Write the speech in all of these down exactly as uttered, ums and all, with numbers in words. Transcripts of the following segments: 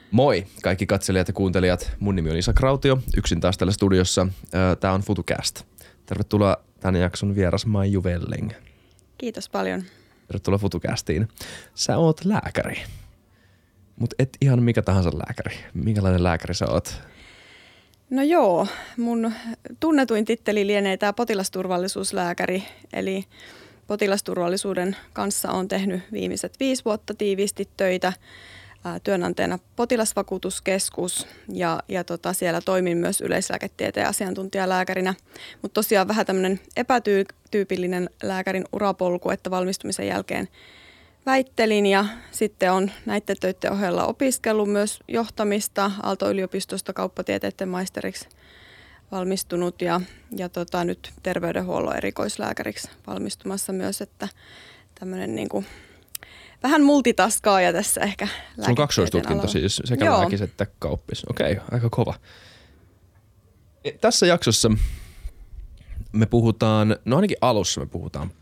Moi kaikki katselijat ja kuuntelijat. Mun nimi on Isa Krautio, yksin taas täällä studiossa. Tää on FutuCast. Tervetuloa tän jakson vieras Maiju Velling. Kiitos paljon. Tervetuloa FutuCastiin. Sä oot lääkäri, mut et ihan mikä tahansa lääkäri. Minkälainen lääkäri sä oot? No joo, mun tunnetuin titteli lienee tää potilasturvallisuuslääkäri, eli potilasturvallisuuden kanssa on tehnyt viimeiset viisi vuotta tiiviisti töitä. Työnantajana Potilasvakuutuskeskus ja, ja tota, siellä toimin myös yleislääketieteen asiantuntijalääkärinä. Mutta tosiaan vähän tämmöinen epätyypillinen lääkärin urapolku, että valmistumisen jälkeen väittelin ja sitten on näiden töiden ohella opiskellut myös johtamista Aalto-yliopistosta kauppatieteiden maisteriksi valmistunut ja, ja tota, nyt terveydenhuollon erikoislääkäriksi valmistumassa myös, että tämmöinen niinku vähän multitaskaaja tässä ehkä. Se on kaksoistutkinto siis, sekä Joo. lääkis että kauppis. Okei, okay, aika kova. Tässä jaksossa me puhutaan, no ainakin alussa me puhutaan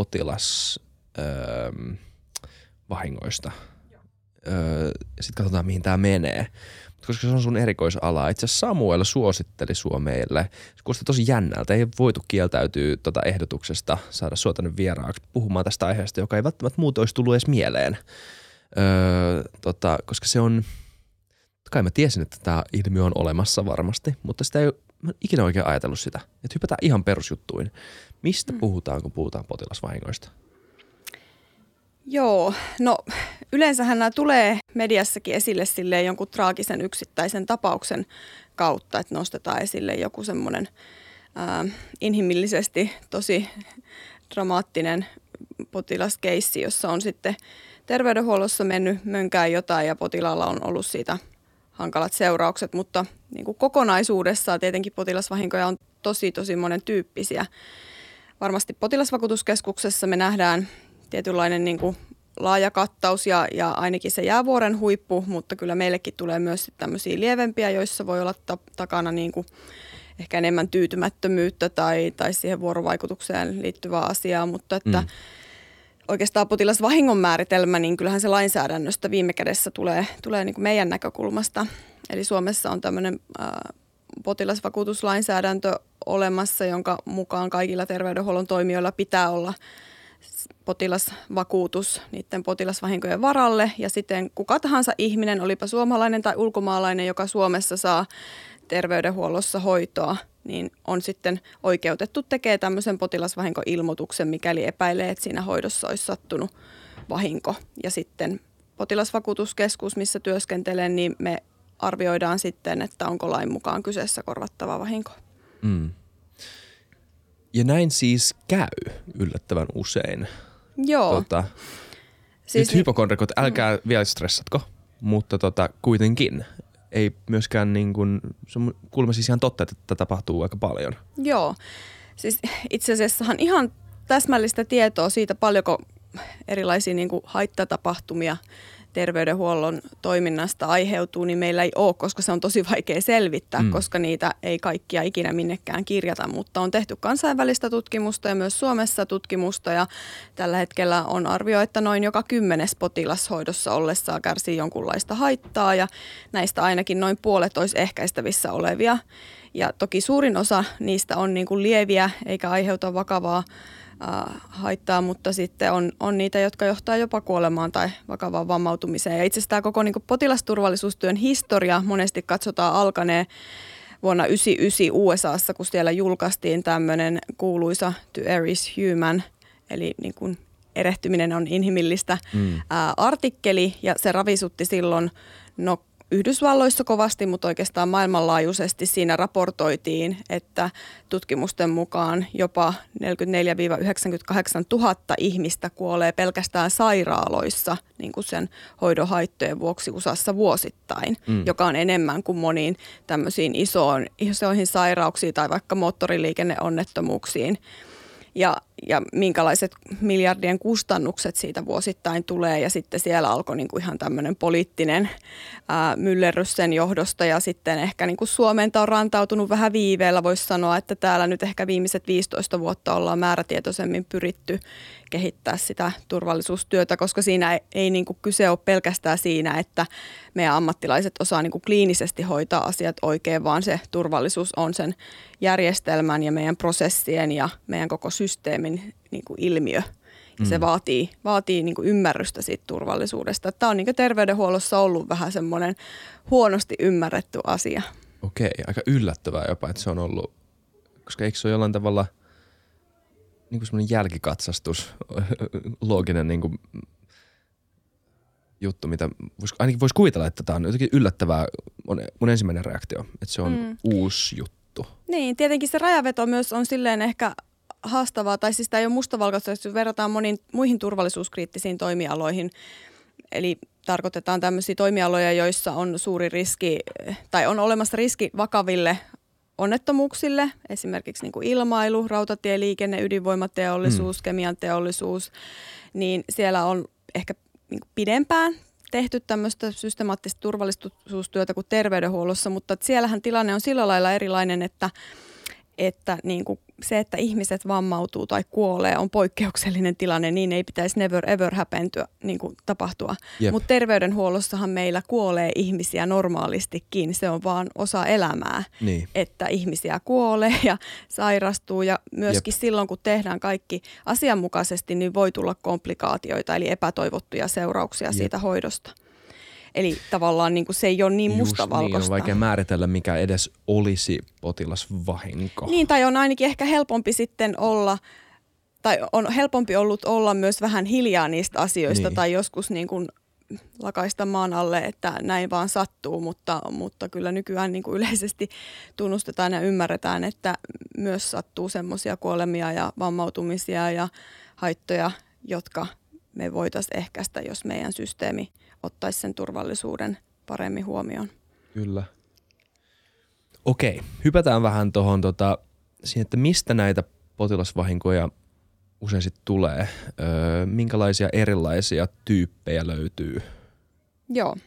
potilasvahingoista. Öö, Sitten katsotaan, mihin tämä menee. Koska se on sun erikoisala. Itse asiassa Samuel suositteli sua meille. Se kuulosti tosi jännältä. Ei voitu kieltäytyä tuota ehdotuksesta saada sua tänne vieraaksi puhumaan tästä aiheesta, joka ei välttämättä muuten olisi tullut edes mieleen. Öö, tota, koska se on, kai mä tiesin, että tämä ilmiö on olemassa varmasti, mutta sitä ei mä en ikinä oikein ajatellut sitä. Että hypätään ihan perusjuttuin. Mistä mm. puhutaan, kun puhutaan potilasvahingoista? Joo, no yleensähän nämä tulee mediassakin esille silleen jonkun traagisen yksittäisen tapauksen kautta, että nostetaan esille joku semmoinen ää, inhimillisesti tosi dramaattinen potilaskeissi, jossa on sitten terveydenhuollossa mennyt mönkään jotain ja potilaalla on ollut siitä hankalat seuraukset, mutta niin kuin kokonaisuudessaan tietenkin potilasvahinkoja on tosi tosi monen tyyppisiä. Varmasti Potilasvakuutuskeskuksessa me nähdään tietynlainen niin kuin laaja kattaus ja, ja ainakin se jäävuoren huippu, mutta kyllä meillekin tulee myös tämmöisiä lievempiä, joissa voi olla ta- takana niin kuin ehkä enemmän tyytymättömyyttä tai, tai siihen vuorovaikutukseen liittyvää asiaa, mutta että mm. oikeastaan potilasvahingon määritelmä, niin kyllähän se lainsäädännöstä viime kädessä tulee, tulee niin kuin meidän näkökulmasta. Eli Suomessa on tämmöinen äh, potilasvakuutuslainsäädäntö olemassa, jonka mukaan kaikilla terveydenhuollon toimijoilla pitää olla potilasvakuutus niiden potilasvahinkojen varalle ja sitten kuka tahansa ihminen, olipa suomalainen tai ulkomaalainen, joka Suomessa saa terveydenhuollossa hoitoa, niin on sitten oikeutettu tekemään tämmöisen potilasvahinkoilmoituksen, mikäli epäilee, että siinä hoidossa olisi sattunut vahinko. Ja sitten Potilasvakuutuskeskus, missä työskentelen, niin me arvioidaan sitten, että onko lain mukaan kyseessä korvattava vahinko. Mm. Ja näin siis käy yllättävän usein. Joo. Tota, siis nyt hypokondrikot, älkää mm. vielä stressatko, mutta tota, kuitenkin ei myöskään niin kuin, se on kuulemma siis ihan totta, että tätä tapahtuu aika paljon. Joo. Siis itse asiassahan ihan täsmällistä tietoa siitä, paljonko erilaisia niin kuin haittatapahtumia terveydenhuollon toiminnasta aiheutuu, niin meillä ei ole, koska se on tosi vaikea selvittää, mm. koska niitä ei kaikkia ikinä minnekään kirjata, mutta on tehty kansainvälistä tutkimusta ja myös Suomessa tutkimusta ja tällä hetkellä on arvio, että noin joka kymmenes potilashoidossa ollessaan kärsii jonkunlaista haittaa ja näistä ainakin noin puolet olisi ehkäistävissä olevia ja toki suurin osa niistä on niin kuin lieviä eikä aiheuta vakavaa haittaa, mutta sitten on, on niitä, jotka johtaa jopa kuolemaan tai vakavaan vammautumiseen. Ja itse asiassa tämä koko niin kuin potilasturvallisuustyön historia monesti katsotaan alkaneen vuonna yhdeksänkymmentäyhdeksän U S A:ssa, kun siellä julkaistiin tämmöinen kuuluisa To Err is Human, eli niin kuin erehtyminen on inhimillistä mm. ää, artikkeli, ja se ravisutti silloin no Yhdysvalloissa kovasti, mutta oikeastaan maailmanlaajuisesti siinä raportoitiin, että tutkimusten mukaan jopa neljäkymmentäneljä yhdeksänkymmentäkahdeksan tuhatta ihmistä kuolee pelkästään sairaaloissa niin kuin sen hoidon haittojen vuoksi U S A:ssa vuosittain, mm. joka on enemmän kuin moniin tämmöisiin isoon, isoihin sairauksiin tai vaikka moottoriliikenneonnettomuuksiin. ja, ja minkälaiset miljardien kustannukset siitä vuosittain tulee. Ja sitten siellä alkoi niin kuin ihan tämmöinen poliittinen ää, myllerrys sen johdosta ja sitten ehkä niin kuin Suomeen on rantautunut vähän viiveellä. Voisi sanoa, että täällä nyt ehkä viimeiset viisitoista vuotta ollaan määrätietoisemmin pyritty kehittää sitä turvallisuustyötä, koska siinä ei, ei niin kuin kyse ole pelkästään siinä, että meidän ammattilaiset osaa niin kuin kliinisesti hoitaa asiat oikein, vaan se turvallisuus on sen järjestelmän ja meidän prosessien ja meidän koko systeemin niin kuin ilmiö. Ja mm. se vaatii, vaatii niin kuin ymmärrystä siitä turvallisuudesta. Tämä on niin kuin terveydenhuollossa ollut vähän semmoinen huonosti ymmärretty asia. Okei, aika yllättävää jopa, että se on ollut, koska eikö se ole jollain tavalla niin kuin semmoinen jälkikatsastus, looginen niin kuin juttu, mitä vois, ainakin voisi kuvitella, että tämä on jotenkin yllättävää, on mun ensimmäinen reaktio, että se on mm. uusi juttu. Niin, tietenkin se rajaveto myös on silleen ehkä haastavaa, tai siis tämä ei ole mustavalkoista, jos verrataan moniin muihin turvallisuuskriittisiin toimialoihin. Eli tarkoitetaan tämmöisiä toimialoja, joissa on suuri riski, tai on olemassa riski vakaville onnettomuuksille, esimerkiksi niin kuin ilmailu, rautatieliikenne, ydinvoimateollisuus, mm. kemian teollisuus, niin siellä on ehkä niin kuin pidempään tehty tämmöistä systemaattista turvallisuustyötä kuin terveydenhuollossa, mutta siellähän tilanne on sillä lailla erilainen, että, että niin kuin se, että ihmiset vammautuu tai kuolee, on poikkeuksellinen tilanne, niin ei pitäisi never ever häpentyä, niin kuin tapahtua. Mutta terveydenhuollossahan meillä kuolee ihmisiä normaalistikin, se on vaan osa elämää, niin. Että ihmisiä kuolee ja sairastuu ja myöskin Jep. silloin, kun tehdään kaikki asianmukaisesti, niin voi tulla komplikaatioita, eli epätoivottuja seurauksia Jep. siitä hoidosta. Eli tavallaan niin kuin se ei ole niin mustavalkoista. Niin, on vaikea määritellä, mikä edes olisi potilasvahinko. Niin, tai on ainakin ehkä helpompi sitten olla, tai on helpompi ollut olla myös vähän hiljaa niistä asioista, niin. Tai joskus niin kuin lakaista maan alle, että näin vaan sattuu, mutta, mutta kyllä nykyään niin kuin yleisesti tunnustetaan ja ymmärretään, että myös sattuu semmoisia kuolemia ja vammautumisia ja haittoja, jotka me voitaisiin ehkäistä, jos meidän systeemi ottaisi sen turvallisuuden paremmin huomioon. Kyllä. Okei, hypätään vähän tuohon tota, siihen, että mistä näitä potilasvahinkoja usein sitten tulee. Öö, minkälaisia erilaisia tyyppejä löytyy? Joo.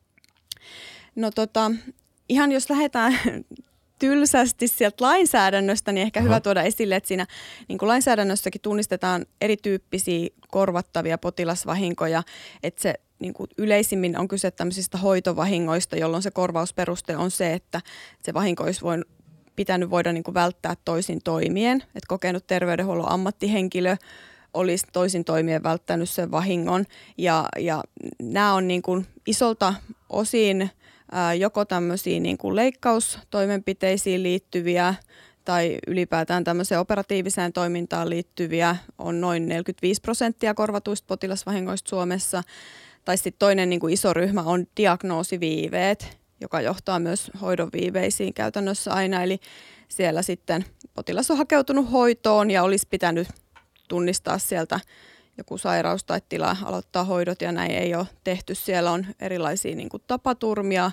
No tota, ihan jos lähdetään tylsästi sieltä lainsäädännöstä, niin ehkä Aha. hyvä tuoda esille, että siinä niin kuin lainsäädännössäkin tunnistetaan erityyppisiä korvattavia potilasvahinkoja, että se niin kuin yleisimmin on kyse tämmöisistä hoitovahingoista, jolloin se korvausperuste on se, että se vahinko olisi voinut, pitänyt voida niin kuin välttää toisin toimien, että kokenut terveydenhuollon ammattihenkilö olisi toisin toimien välttänyt sen vahingon ja, ja nämä on niin kuin isolta osin ää, joko tämmöisiä niin kuin leikkaustoimenpiteisiin liittyviä tai ylipäätään tämmöiseen operatiiviseen toimintaan liittyviä on noin neljäkymmentäviisi prosenttia korvatuista potilasvahingoista Suomessa. Tai sitten toinen niin kuin iso ryhmä on diagnoosiviiveet, joka johtaa myös hoidon viiveisiin käytännössä aina. Eli siellä sitten potilas on hakeutunut hoitoon ja olisi pitänyt tunnistaa sieltä joku sairaus tai tila, aloittaa hoidot ja näin ei ole tehty. Siellä on erilaisia niin kuin tapaturmia,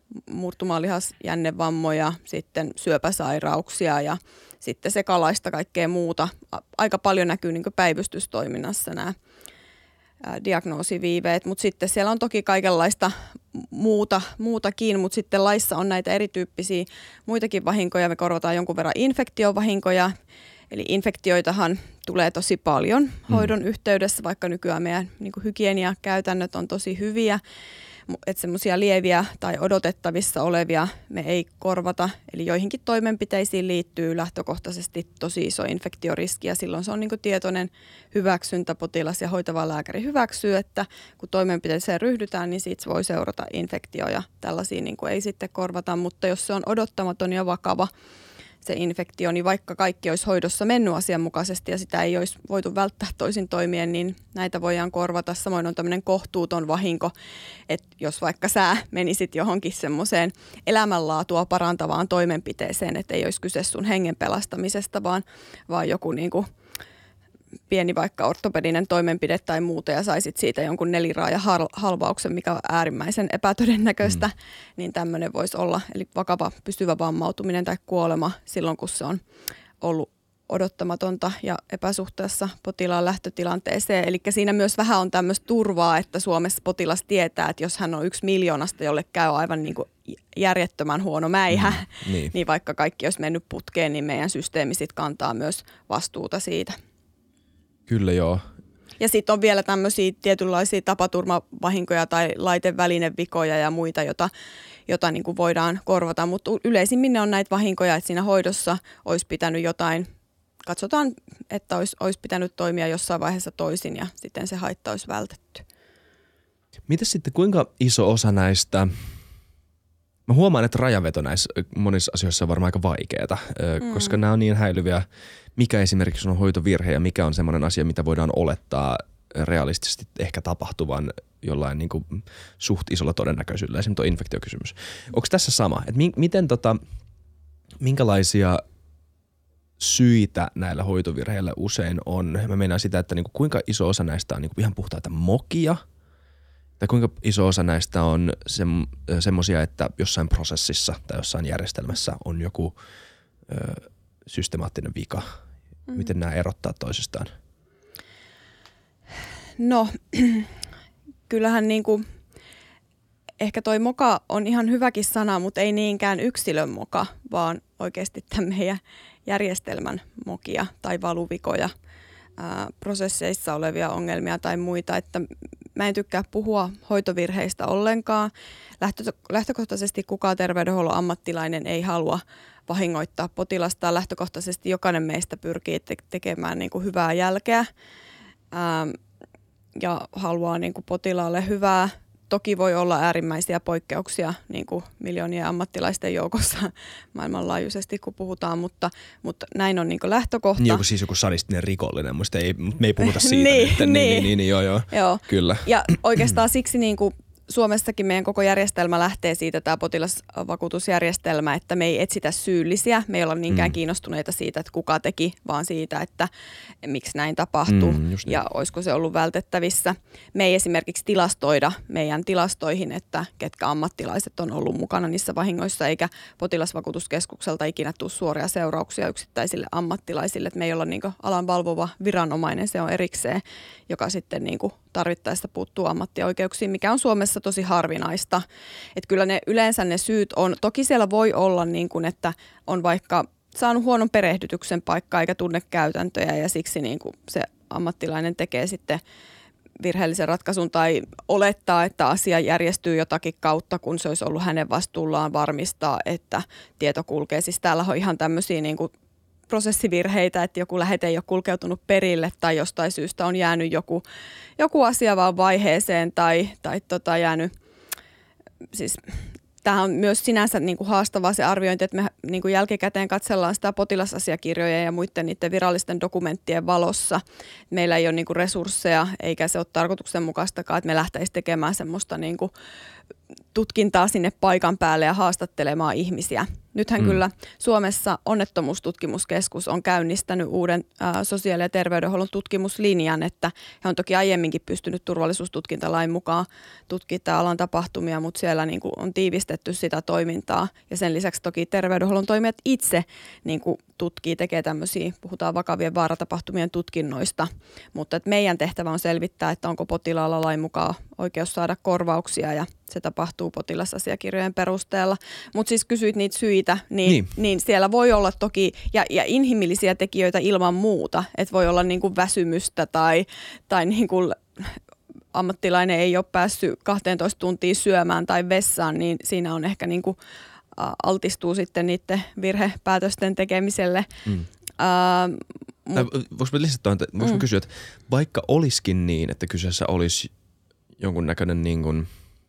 murtumalihasjännevammoja, sitten syöpäsairauksia ja sitten sekalaista kaikkea muuta. Aika paljon näkyy niin kuin päivystystoiminnassa nämä diagnoosiviiveet, mutta sitten siellä on toki kaikenlaista muuta, muutakin, mutta sitten laissa on näitä erityyppisiä muitakin vahinkoja. Me korvataan jonkun verran infektiovahinkoja, eli infektioitahan tulee tosi paljon hoidon mm. yhteydessä, vaikka nykyään meidän niin kuin hygieniakäytännöt on tosi hyviä, että semmoisia lieviä tai odotettavissa olevia me ei korvata, eli joihinkin toimenpiteisiin liittyy lähtökohtaisesti tosi iso infektioriski ja silloin se on niin kuin tietoinen hyväksyntä, potilas ja hoitava lääkäri hyväksyy, että kun toimenpiteeseen ryhdytään, niin siitä voi seurata infektio ja tällaisia niin kuin ei sitten korvata, mutta jos se on odottamaton ja vakava se infektio, niin vaikka kaikki olisi hoidossa mennyt asianmukaisesti ja sitä ei olisi voitu välttää toisin toimien, niin näitä voidaan korvata. Samoin on tämmöinen kohtuuton vahinko, että jos vaikka sä menisit johonkin semmoiseen elämänlaatua parantavaan toimenpiteeseen, että ei olisi kyse sun hengen pelastamisesta, vaan, vaan joku niin kuin pieni vaikka ortopedinen toimenpide tai muuta ja saisit siitä jonkun neliraajan halvauksen, mikä on äärimmäisen epätodennäköistä, mm. niin tämmöinen voisi olla, eli vakava pysyvä vammautuminen tai kuolema silloin, kun se on ollut odottamatonta ja epäsuhteessa potilaan lähtötilanteeseen. Eli siinä myös vähän on tämmöistä turvaa, että Suomessa potilas tietää, että jos hän on yksi miljoonasta, jolle käy aivan niin kuin järjettömän huono mäihä, mm, niin. niin vaikka kaikki olisi mennyt putkeen, niin meidän systeemi sit kantaa myös vastuuta siitä. Kyllä joo. Ja sitten on vielä tämmöisiä tietynlaisia tapaturmavahinkoja tai laitevälинevikoja ja muita, jota, jota niin kuin voidaan korvata. Mutta yleisimmin ne on näitä vahinkoja, että siinä hoidossa olisi pitänyt jotain, katsotaan, että olisi, olisi pitänyt toimia jossain vaiheessa toisin ja sitten se haitta olisi vältetty. Mites sitten, kuinka iso osa näistä, mä huomaan, että rajaveto näissä monissa asioissa on varmaan aika vaikeaa, mm. koska nämä on niin häilyviä. Mikä esimerkiksi on hoitovirhe ja mikä on semmoinen asia, mitä voidaan olettaa realistisesti ehkä tapahtuvan jollain niin kuin suht isolla todennäköisyydellä. Esimerkiksi tuo infektiokysymys. Onko tässä sama? Et mi- miten tota, minkälaisia syitä näillä hoitovirheillä usein on? Mä meinaan sitä, että niin kuin kuinka iso osa näistä on niin kuin ihan puhtaita mokia tai kuinka iso osa näistä on se, semmoisia, että jossain prosessissa tai jossain järjestelmässä on joku ö, systemaattinen vika. Mm. Miten nämä erottaa toisistaan? No, kyllähän niinku, ehkä toi moka on ihan hyväkin sana, mutta ei niinkään yksilön moka, vaan oikeasti tämän meidän järjestelmän mokia tai valuvikoja, ää, prosesseissa olevia ongelmia tai muita. Että mä en tykkää puhua hoitovirheistä ollenkaan. Lähtö, lähtökohtaisesti kukaan terveydenhuollon ammattilainen ei halua vahingoittaa potilasta. Lähtökohtaisesti jokainen meistä pyrkii te- tekemään niin kuin hyvää jälkeä ää, ja haluaa niin kuin potilaalle hyvää. Toki voi olla äärimmäisiä poikkeuksia niin kuin miljoonien ammattilaisten joukossa maailmanlaajuisesti, kun puhutaan, mutta, mutta näin on niin kuin lähtökohta. Niin joku siis joku sadistinen rikollinen, musta ei, me ei puhuta siitä. niin, että, niin, niin, niin, niin, niin, joo, joo, joo. Kyllä. Ja oikeastaan siksi niin kuin Suomessakin meidän koko järjestelmä lähtee siitä, tämä potilasvakuutusjärjestelmä, että me ei etsitä syyllisiä. Me ei olla niinkään mm. kiinnostuneita siitä, että kuka teki, vaan siitä, että miksi näin tapahtui mm, ja olisiko se ollut vältettävissä. Me ei esimerkiksi tilastoida meidän tilastoihin, että ketkä ammattilaiset on ollut mukana niissä vahingoissa, eikä potilasvakuutuskeskukselta ikinä tule suoria seurauksia yksittäisille ammattilaisille. Että me ei olla niin kuin alan valvova viranomainen, se on erikseen, joka sitten niin kuin tarvittaessa puuttuu ammattioikeuksiin, mikä on Suomessa tosi harvinaista. Että kyllä ne yleensä ne syyt on, toki siellä voi olla niin kuin, että on vaikka saanut huonon perehdytyksen paikkaa eikä tunne käytäntöjä ja siksi niin kuin se ammattilainen tekee sitten virheellisen ratkaisun tai olettaa, että asia järjestyy jotakin kautta, kun se olisi ollut hänen vastuullaan varmistaa, että tieto kulkee. Siis täällä on ihan tämmöisiä niin kuin prosessivirheitä, että joku lähete ei ole kulkeutunut perille tai jostain syystä on jäänyt joku, joku asia vaan vaiheeseen tai, tai tota jäänyt, siis tämähän on myös sinänsä niin kuin haastavaa se arviointi, että me niin kuin jälkikäteen katsellaan sitä potilasasiakirjojen ja muiden niiden virallisten dokumenttien valossa. Meillä ei ole niin kuin resursseja eikä se ole tarkoituksenmukaistakaan, että me lähtäisiin tekemään semmoista niin kuin tutkintaa sinne paikan päälle ja haastattelemaan ihmisiä. Nythän mm. kyllä Suomessa Onnettomuustutkimuskeskus on käynnistänyt uuden ä, sosiaali- ja terveydenhuollon tutkimuslinjan, että he on toki aiemminkin pystynyt turvallisuustutkintalain mukaan tutkimaan alan tapahtumia, mutta siellä niin kuin on tiivistetty sitä toimintaa ja sen lisäksi toki terveydenhuollon toimijat itse niin kuin tutkii, tekee tämmöisiä, puhutaan vakavien vaaratapahtumien tutkinnoista, mutta että meidän tehtävä on selvittää, että onko potilaalla lain mukaan oikeus saada korvauksia ja se tapahtuu potilasasiakirjojen perusteella. Mutta siis kysyit niitä syitä, niin, niin. niin siellä voi olla toki, ja, ja inhimillisiä tekijöitä ilman muuta, että voi olla niinku väsymystä tai, tai niinku ammattilainen ei ole päässyt kahteentoista tuntia syömään tai vessaan, niin siinä on ehkä niinku, ä, altistuu sitten niiden virhepäätösten tekemiselle. Mm. Ä, mut, Voinko mä lisätä, voinko mm. kysyä, että vaikka olisikin niin, että kyseessä olisi jonkunnäköinen niin kuin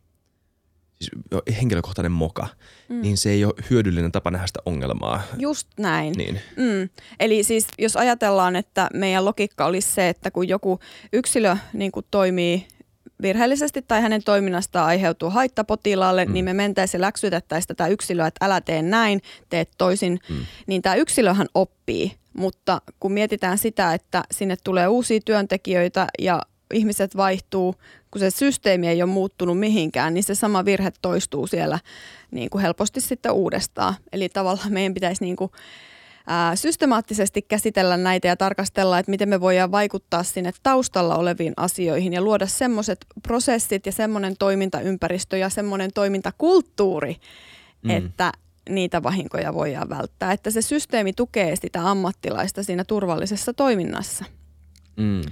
siis henkilökohtainen moka, mm. niin se ei ole hyödyllinen tapa nähdä sitä ongelmaa. Just näin. Niin. Mm. Eli siis jos ajatellaan, että meidän logiikka olisi se, että kun joku yksilö niin kuin toimii virheellisesti tai hänen toiminnastaan aiheutuu haitta potilaalle, mm. niin me mentäisiin ja läksytettäisiin tätä yksilöä, että älä tee näin, teet toisin, mm. niin tämä yksilöhän oppii. Mutta kun mietitään sitä, että sinne tulee uusia työntekijöitä ja ihmiset vaihtuu, kun se systeemi ei ole muuttunut mihinkään, niin se sama virhe toistuu siellä niin kuin helposti sitten uudestaan. Eli tavallaan meidän pitäisi niin kuin, ää, systemaattisesti käsitellä näitä ja tarkastella, että miten me voidaan vaikuttaa sinne taustalla oleviin asioihin ja luoda semmoiset prosessit ja semmoinen toimintaympäristö ja semmoinen toimintakulttuuri, mm. että niitä vahinkoja voidaan välttää. Että se systeemi tukee sitä ammattilaista siinä turvallisessa toiminnassa. Mm.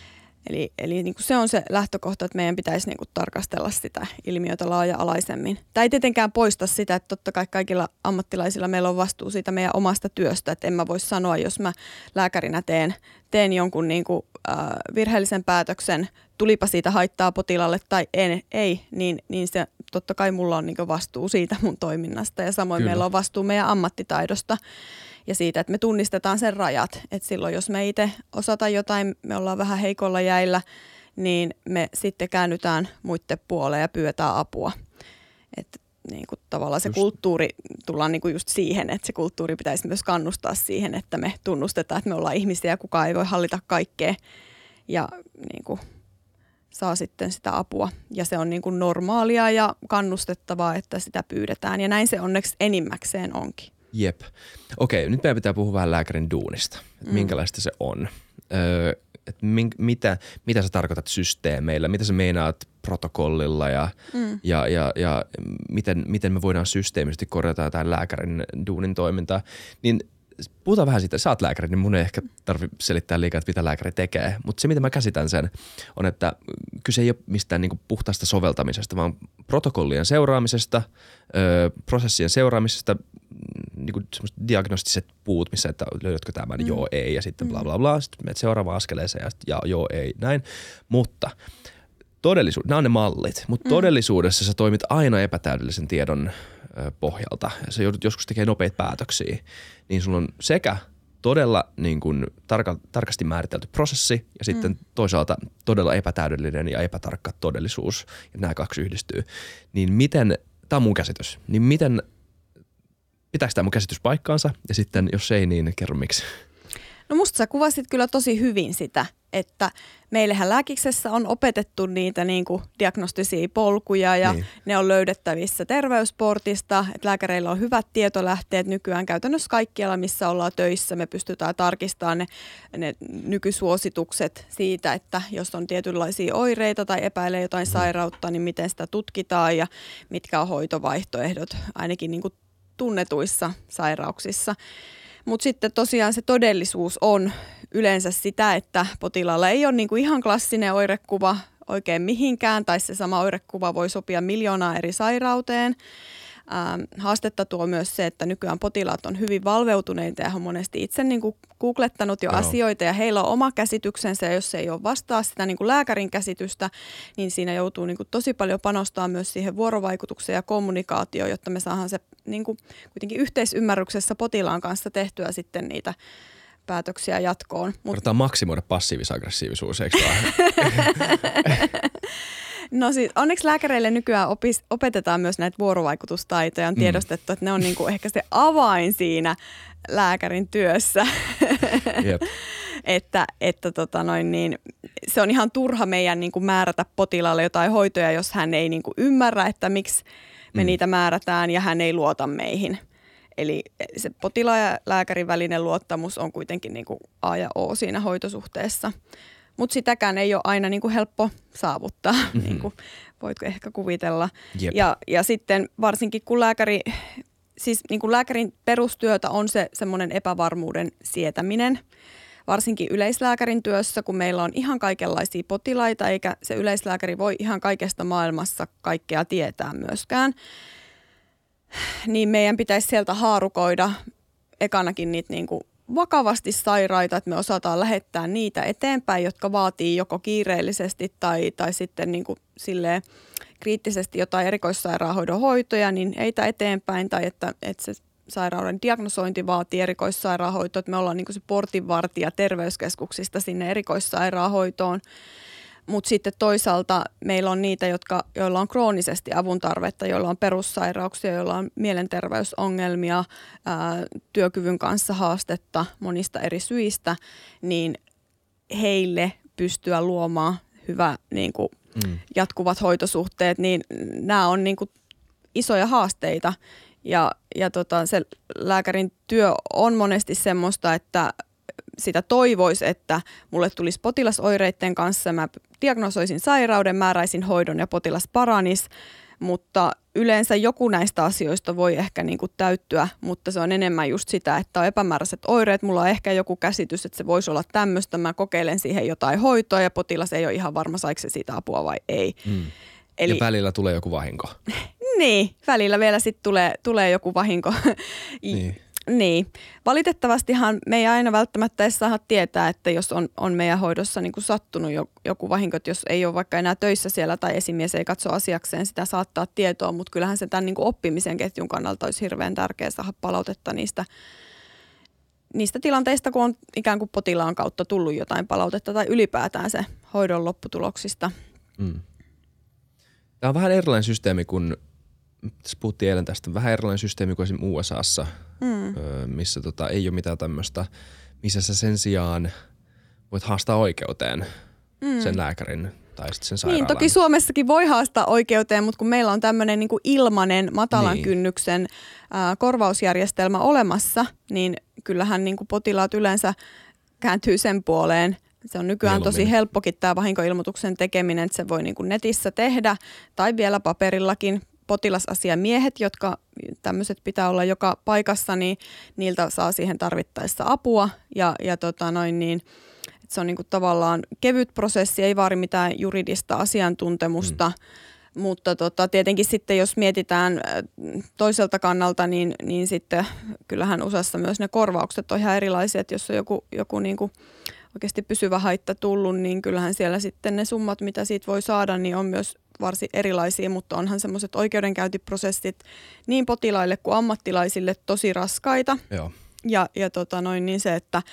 Eli, eli niin kuin se on se lähtökohta, että meidän pitäisi niin kuin tarkastella sitä ilmiötä laaja-alaisemmin. Tämä ei tietenkään poista sitä, että totta kai kaikilla ammattilaisilla meillä on vastuu siitä meidän omasta työstä. Että en mä voi sanoa, jos mä lääkärinä teen, teen jonkun niin kuin, äh, virheellisen päätöksen, tulipa siitä haittaa potilaalle tai en, ei, niin, niin se, totta kai mulla on niin kuin vastuu siitä mun toiminnasta. Ja samoin Kyllä. meillä on vastuu meidän ammattitaidosta. Ja siitä, että me tunnistetaan sen rajat. Että silloin, jos me itse osata jotain, me ollaan vähän heikolla jäillä, niin me sitten käännytään muiden puoleen ja pyydetään apua. Että niin kuin tavallaan se just. kulttuuri, tullaan niin kuin just siihen, että se kulttuuri pitäisi myös kannustaa siihen, että me tunnustetaan, että me ollaan ihmisiä ja kukaan ei voi hallita kaikkea. Ja niin kuin saa sitten sitä apua. Ja se on niin kuin normaalia ja kannustettavaa, että sitä pyydetään. Ja näin se onneksi enimmäkseen onkin. Jep. Okei, nyt meidän pitää puhua vähän lääkärin duunista. Mm. Minkälaista se on? Öö, et mink, mitä, mitä sä tarkoitat systeemeillä? Mitä sä meinaat protokollilla ja, mm. ja, ja, ja miten, miten me voidaan systeemisesti korjata jotain lääkärin duunin toimintaa? Niin puhutaan vähän siitä, sä oot lääkäri, niin mun ei ehkä tarvitse selittää liikaa, että mitä lääkäri tekee. Mutta se, mitä mä käsitän sen, on, että kyse ei ole mistään niinku puhtaasta soveltamisesta, vaan protokollien seuraamisesta, öö, prosessien seuraamisesta, niinku semmoiset diagnostiset puut, missä, että löydätkö tämän, mm. joo, ei, ja sitten bla bla bla, sitten menet seuraavaan askeleeseen ja sitten ja, joo, ei, näin. Mutta todellisuus, nämä on ne mallit, mutta mm. todellisuudessa sä toimit aina epätäydellisen tiedon ö, pohjalta. Sä joudut joskus tekemään nopeita päätöksiä, niin sulla on sekä todella niin kuin, tarka, tarkasti määritelty prosessi ja sitten mm. toisaalta todella epätäydellinen ja epätarkka todellisuus, ja nämä kaksi yhdistyy. Niin miten, tämä on mun käsitys, niin miten, pitääkö tämä mun käsitys paikkaansa ja sitten jos ei, niin kerro miksi. No musta sä kuvasit kyllä tosi hyvin sitä, että meillähän lääkiksessä on opetettu niitä niin kuin diagnostisia polkuja ja niin. ne on löydettävissä terveysportista, että lääkäreillä on hyvät tietolähteet nykyään käytännössä kaikkialla, missä ollaan töissä. Me pystytään tarkistamaan ne, ne nykysuositukset siitä, että jos on tietynlaisia oireita tai epäilee jotain sairautta, niin miten sitä tutkitaan ja mitkä on hoitovaihtoehdot ainakin niin kuin tunnetuissa sairauksissa. Mutta sitten tosiaan se todellisuus on yleensä sitä, että potilaalla ei ole niinku ihan klassinen oirekuva oikein mihinkään, tai se sama oirekuva voi sopia miljoonaan eri sairauteen. Ähm, haastetta tuo myös se, että nykyään potilaat on hyvin valveutuneita ja on monesti itse niinku googlettanut jo Joo. asioita ja heillä on oma käsityksensä, ja jos se ei ole vastaa sitä niinku lääkärin käsitystä, niin siinä joutuu niinku tosi paljon panostaa myös siihen vuorovaikutukseen ja kommunikaatioon, jotta me saadaan se niinku kuitenkin yhteisymmärryksessä potilaan kanssa tehtyä sitten niitä päätöksiä jatkoon. Voidaan maksimoida passiivis-aggressiivisuus, eikö vaan? No siis onneksi lääkäreille nykyään opis, opetetaan myös näitä vuorovaikutustaitoja. On tiedostettu, mm. että ne on niinku ehkä se avain siinä lääkärin työssä. Yep. että että tota noin, niin, se on ihan turha meidän niinku määrätä potilaalle jotain hoitoja, jos hän ei niinku ymmärrä, että miksi me mm. niitä määrätään ja hän ei luota meihin. Eli se potilaan ja lääkärin välinen luottamus on kuitenkin niinku A ja O siinä hoitosuhteessa. Mutta sitäkään ei ole aina niinku helppo saavuttaa, mm-hmm. niin kuin voitko ehkä kuvitella. Jep. Ja, ja sitten varsinkin kun lääkäri, siis niinku lääkärin perustyötä on se semmoinen epävarmuuden sietäminen. Varsinkin yleislääkärin työssä, kun meillä on ihan kaikenlaisia potilaita, eikä se yleislääkäri voi ihan kaikesta maailmassa kaikkea tietää myöskään. Niin meidän pitäisi sieltä haarukoida ekanakin niitä niinku vakavasti sairaita, että me osataan lähettää niitä eteenpäin, jotka vaatii joko kiireellisesti tai, tai sitten niin kuin silleen kriittisesti jotain erikoissairaanhoidon hoitoja, niin eitä eteenpäin, tai että, että se sairauden diagnosointi vaatii erikoissairaanhoitoa, että me ollaan niin kuin se portinvartija terveyskeskuksista sinne erikoissairaanhoitoon. Mutta sitten toisaalta meillä on niitä, jotka, joilla on kroonisesti avun tarvetta, joilla on perussairauksia, joilla on mielenterveysongelmia, ää, työkyvyn kanssa haastetta monista eri syistä, niin heille pystyä luomaan hyvä niin kuin mm. jatkuvat hoitosuhteet, niin nämä on niin kuin isoja haasteita. Ja, ja tota, se lääkärin työ on monesti semmoista, että sitä toivoisi, että mulle tulisi potilasoireiden kanssa, mä diagnosoisin sairauden, määräisin hoidon ja potilas paranisi, mutta yleensä joku näistä asioista voi ehkä niin kuin täyttyä, mutta se on enemmän just sitä, että on epämääräiset oireet, mulla on ehkä joku käsitys, että se voisi olla tämmöistä, mä kokeilen siihen jotain hoitoa ja potilas ei ole ihan varma, saiko se siitä apua vai ei. Mm. Eli, ja välillä tulee joku vahinko. Niin, välillä vielä sitten tulee, tulee joku vahinko. Niin. Niin. Valitettavastihan me ei aina välttämättä edes saada tietää, että jos on, on meidän hoidossa niin kuin sattunut joku vahinko, että jos ei ole vaikka enää töissä siellä tai esimies ei katso asiakseen sitä saattaa tietoa, mutta kyllähän se tämän niin kuin oppimisen ketjun kannalta olisi hirveän tärkeää saada palautetta niistä, niistä tilanteista, kun on ikään kuin potilaan kautta tullut jotain palautetta tai ylipäätään se hoidon lopputuloksista. Mm. Tämä on vähän erilainen systeemi kuin, tässä puhuttiin eilen tästä, vähän erilainen systeemi kuin esimerkiksi U S A:ssa, mm. missä tota, ei ole mitään tämmöistä, missä sä sen sijaan voit haastaa oikeuteen mm. sen lääkärin tai sitten sen sairaalan. Niin, toki Suomessakin voi haastaa oikeuteen, mutta kun meillä on tämmöinen niin kuin ilmainen matalan niin. kynnyksen ää, korvausjärjestelmä olemassa, niin kyllähän niin kuin potilaat yleensä kääntyy sen puoleen. Se on nykyään Mieluummin. tosi helppokin tämä vahinkoilmoituksen tekeminen, että se voi niin kuin netissä tehdä tai vielä paperillakin. Potilasasiamiehet, jotka tämmöiset pitää olla joka paikassa, niin niiltä saa siihen tarvittaessa apua ja, ja tota noin niin, että se on niin kuin tavallaan kevyt prosessi, ei vaadi mitään juridista asiantuntemusta, mm. mutta tota, tietenkin sitten jos mietitään toiselta kannalta, niin, niin sitten kyllähän usassa myös ne korvaukset on ihan erilaisia, että jos on joku, joku niin kuin oikeasti pysyvä haitta tullut, niin kyllähän siellä sitten ne summat, mitä siitä voi saada, niin on myös varsin erilaisia, mutta onhan semmoiset oikeudenkäyntiprosessit niin potilaille kuin ammattilaisille tosi raskaita. Joo. Ja, ja tota noin, niin se, että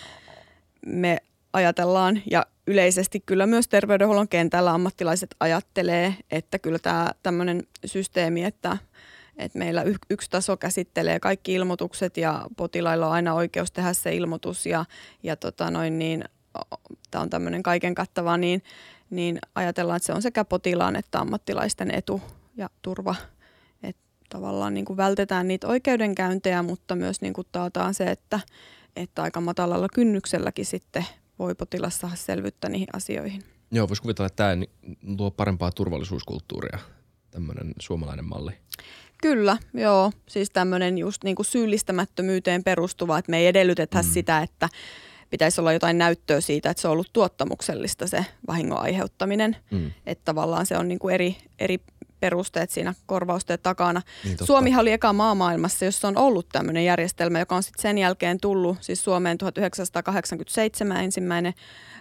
me ajatellaan ja yleisesti kyllä myös terveydenhuollon kentällä ammattilaiset ajattelee, että kyllä tämä tämmöinen systeemi, että, että meillä y- yksi taso käsittelee kaikki ilmoitukset ja potilailla on aina oikeus tehdä se ilmoitus ja, ja tota noin niin, tämä on tämmöinen kaiken kattava, niin niin ajatellaan, että se on sekä potilaan että ammattilaisten etu ja turva. Että tavallaan niin kuin vältetään niitä oikeudenkäyntejä, mutta myös niin kuin taataan se, että, että aika matalalla kynnykselläkin sitten voi potilas saada selvyyttä niihin asioihin. Joo, voisi kuvitella, että tämä luo parempaa turvallisuuskulttuuria, tämmöinen suomalainen malli. Kyllä, joo. Siis tämmöinen just niin kuin syyllistämättömyyteen perustuva, että me ei edellytetä mm. sitä, että pitäisi olla jotain näyttöä siitä, että se on ollut tuottamuksellista se vahingon aiheuttaminen. Mm. Että tavallaan se on niin kuin eri, eri perusteet siinä korvausten takana. Niin Suomihan oli eka maa maailmassa, jossa on ollut tämmöinen järjestelmä, joka on sitten sen jälkeen tullut siis Suomeen tuhatyhdeksänsataakahdeksankymmentäseitsemän ensimmäinen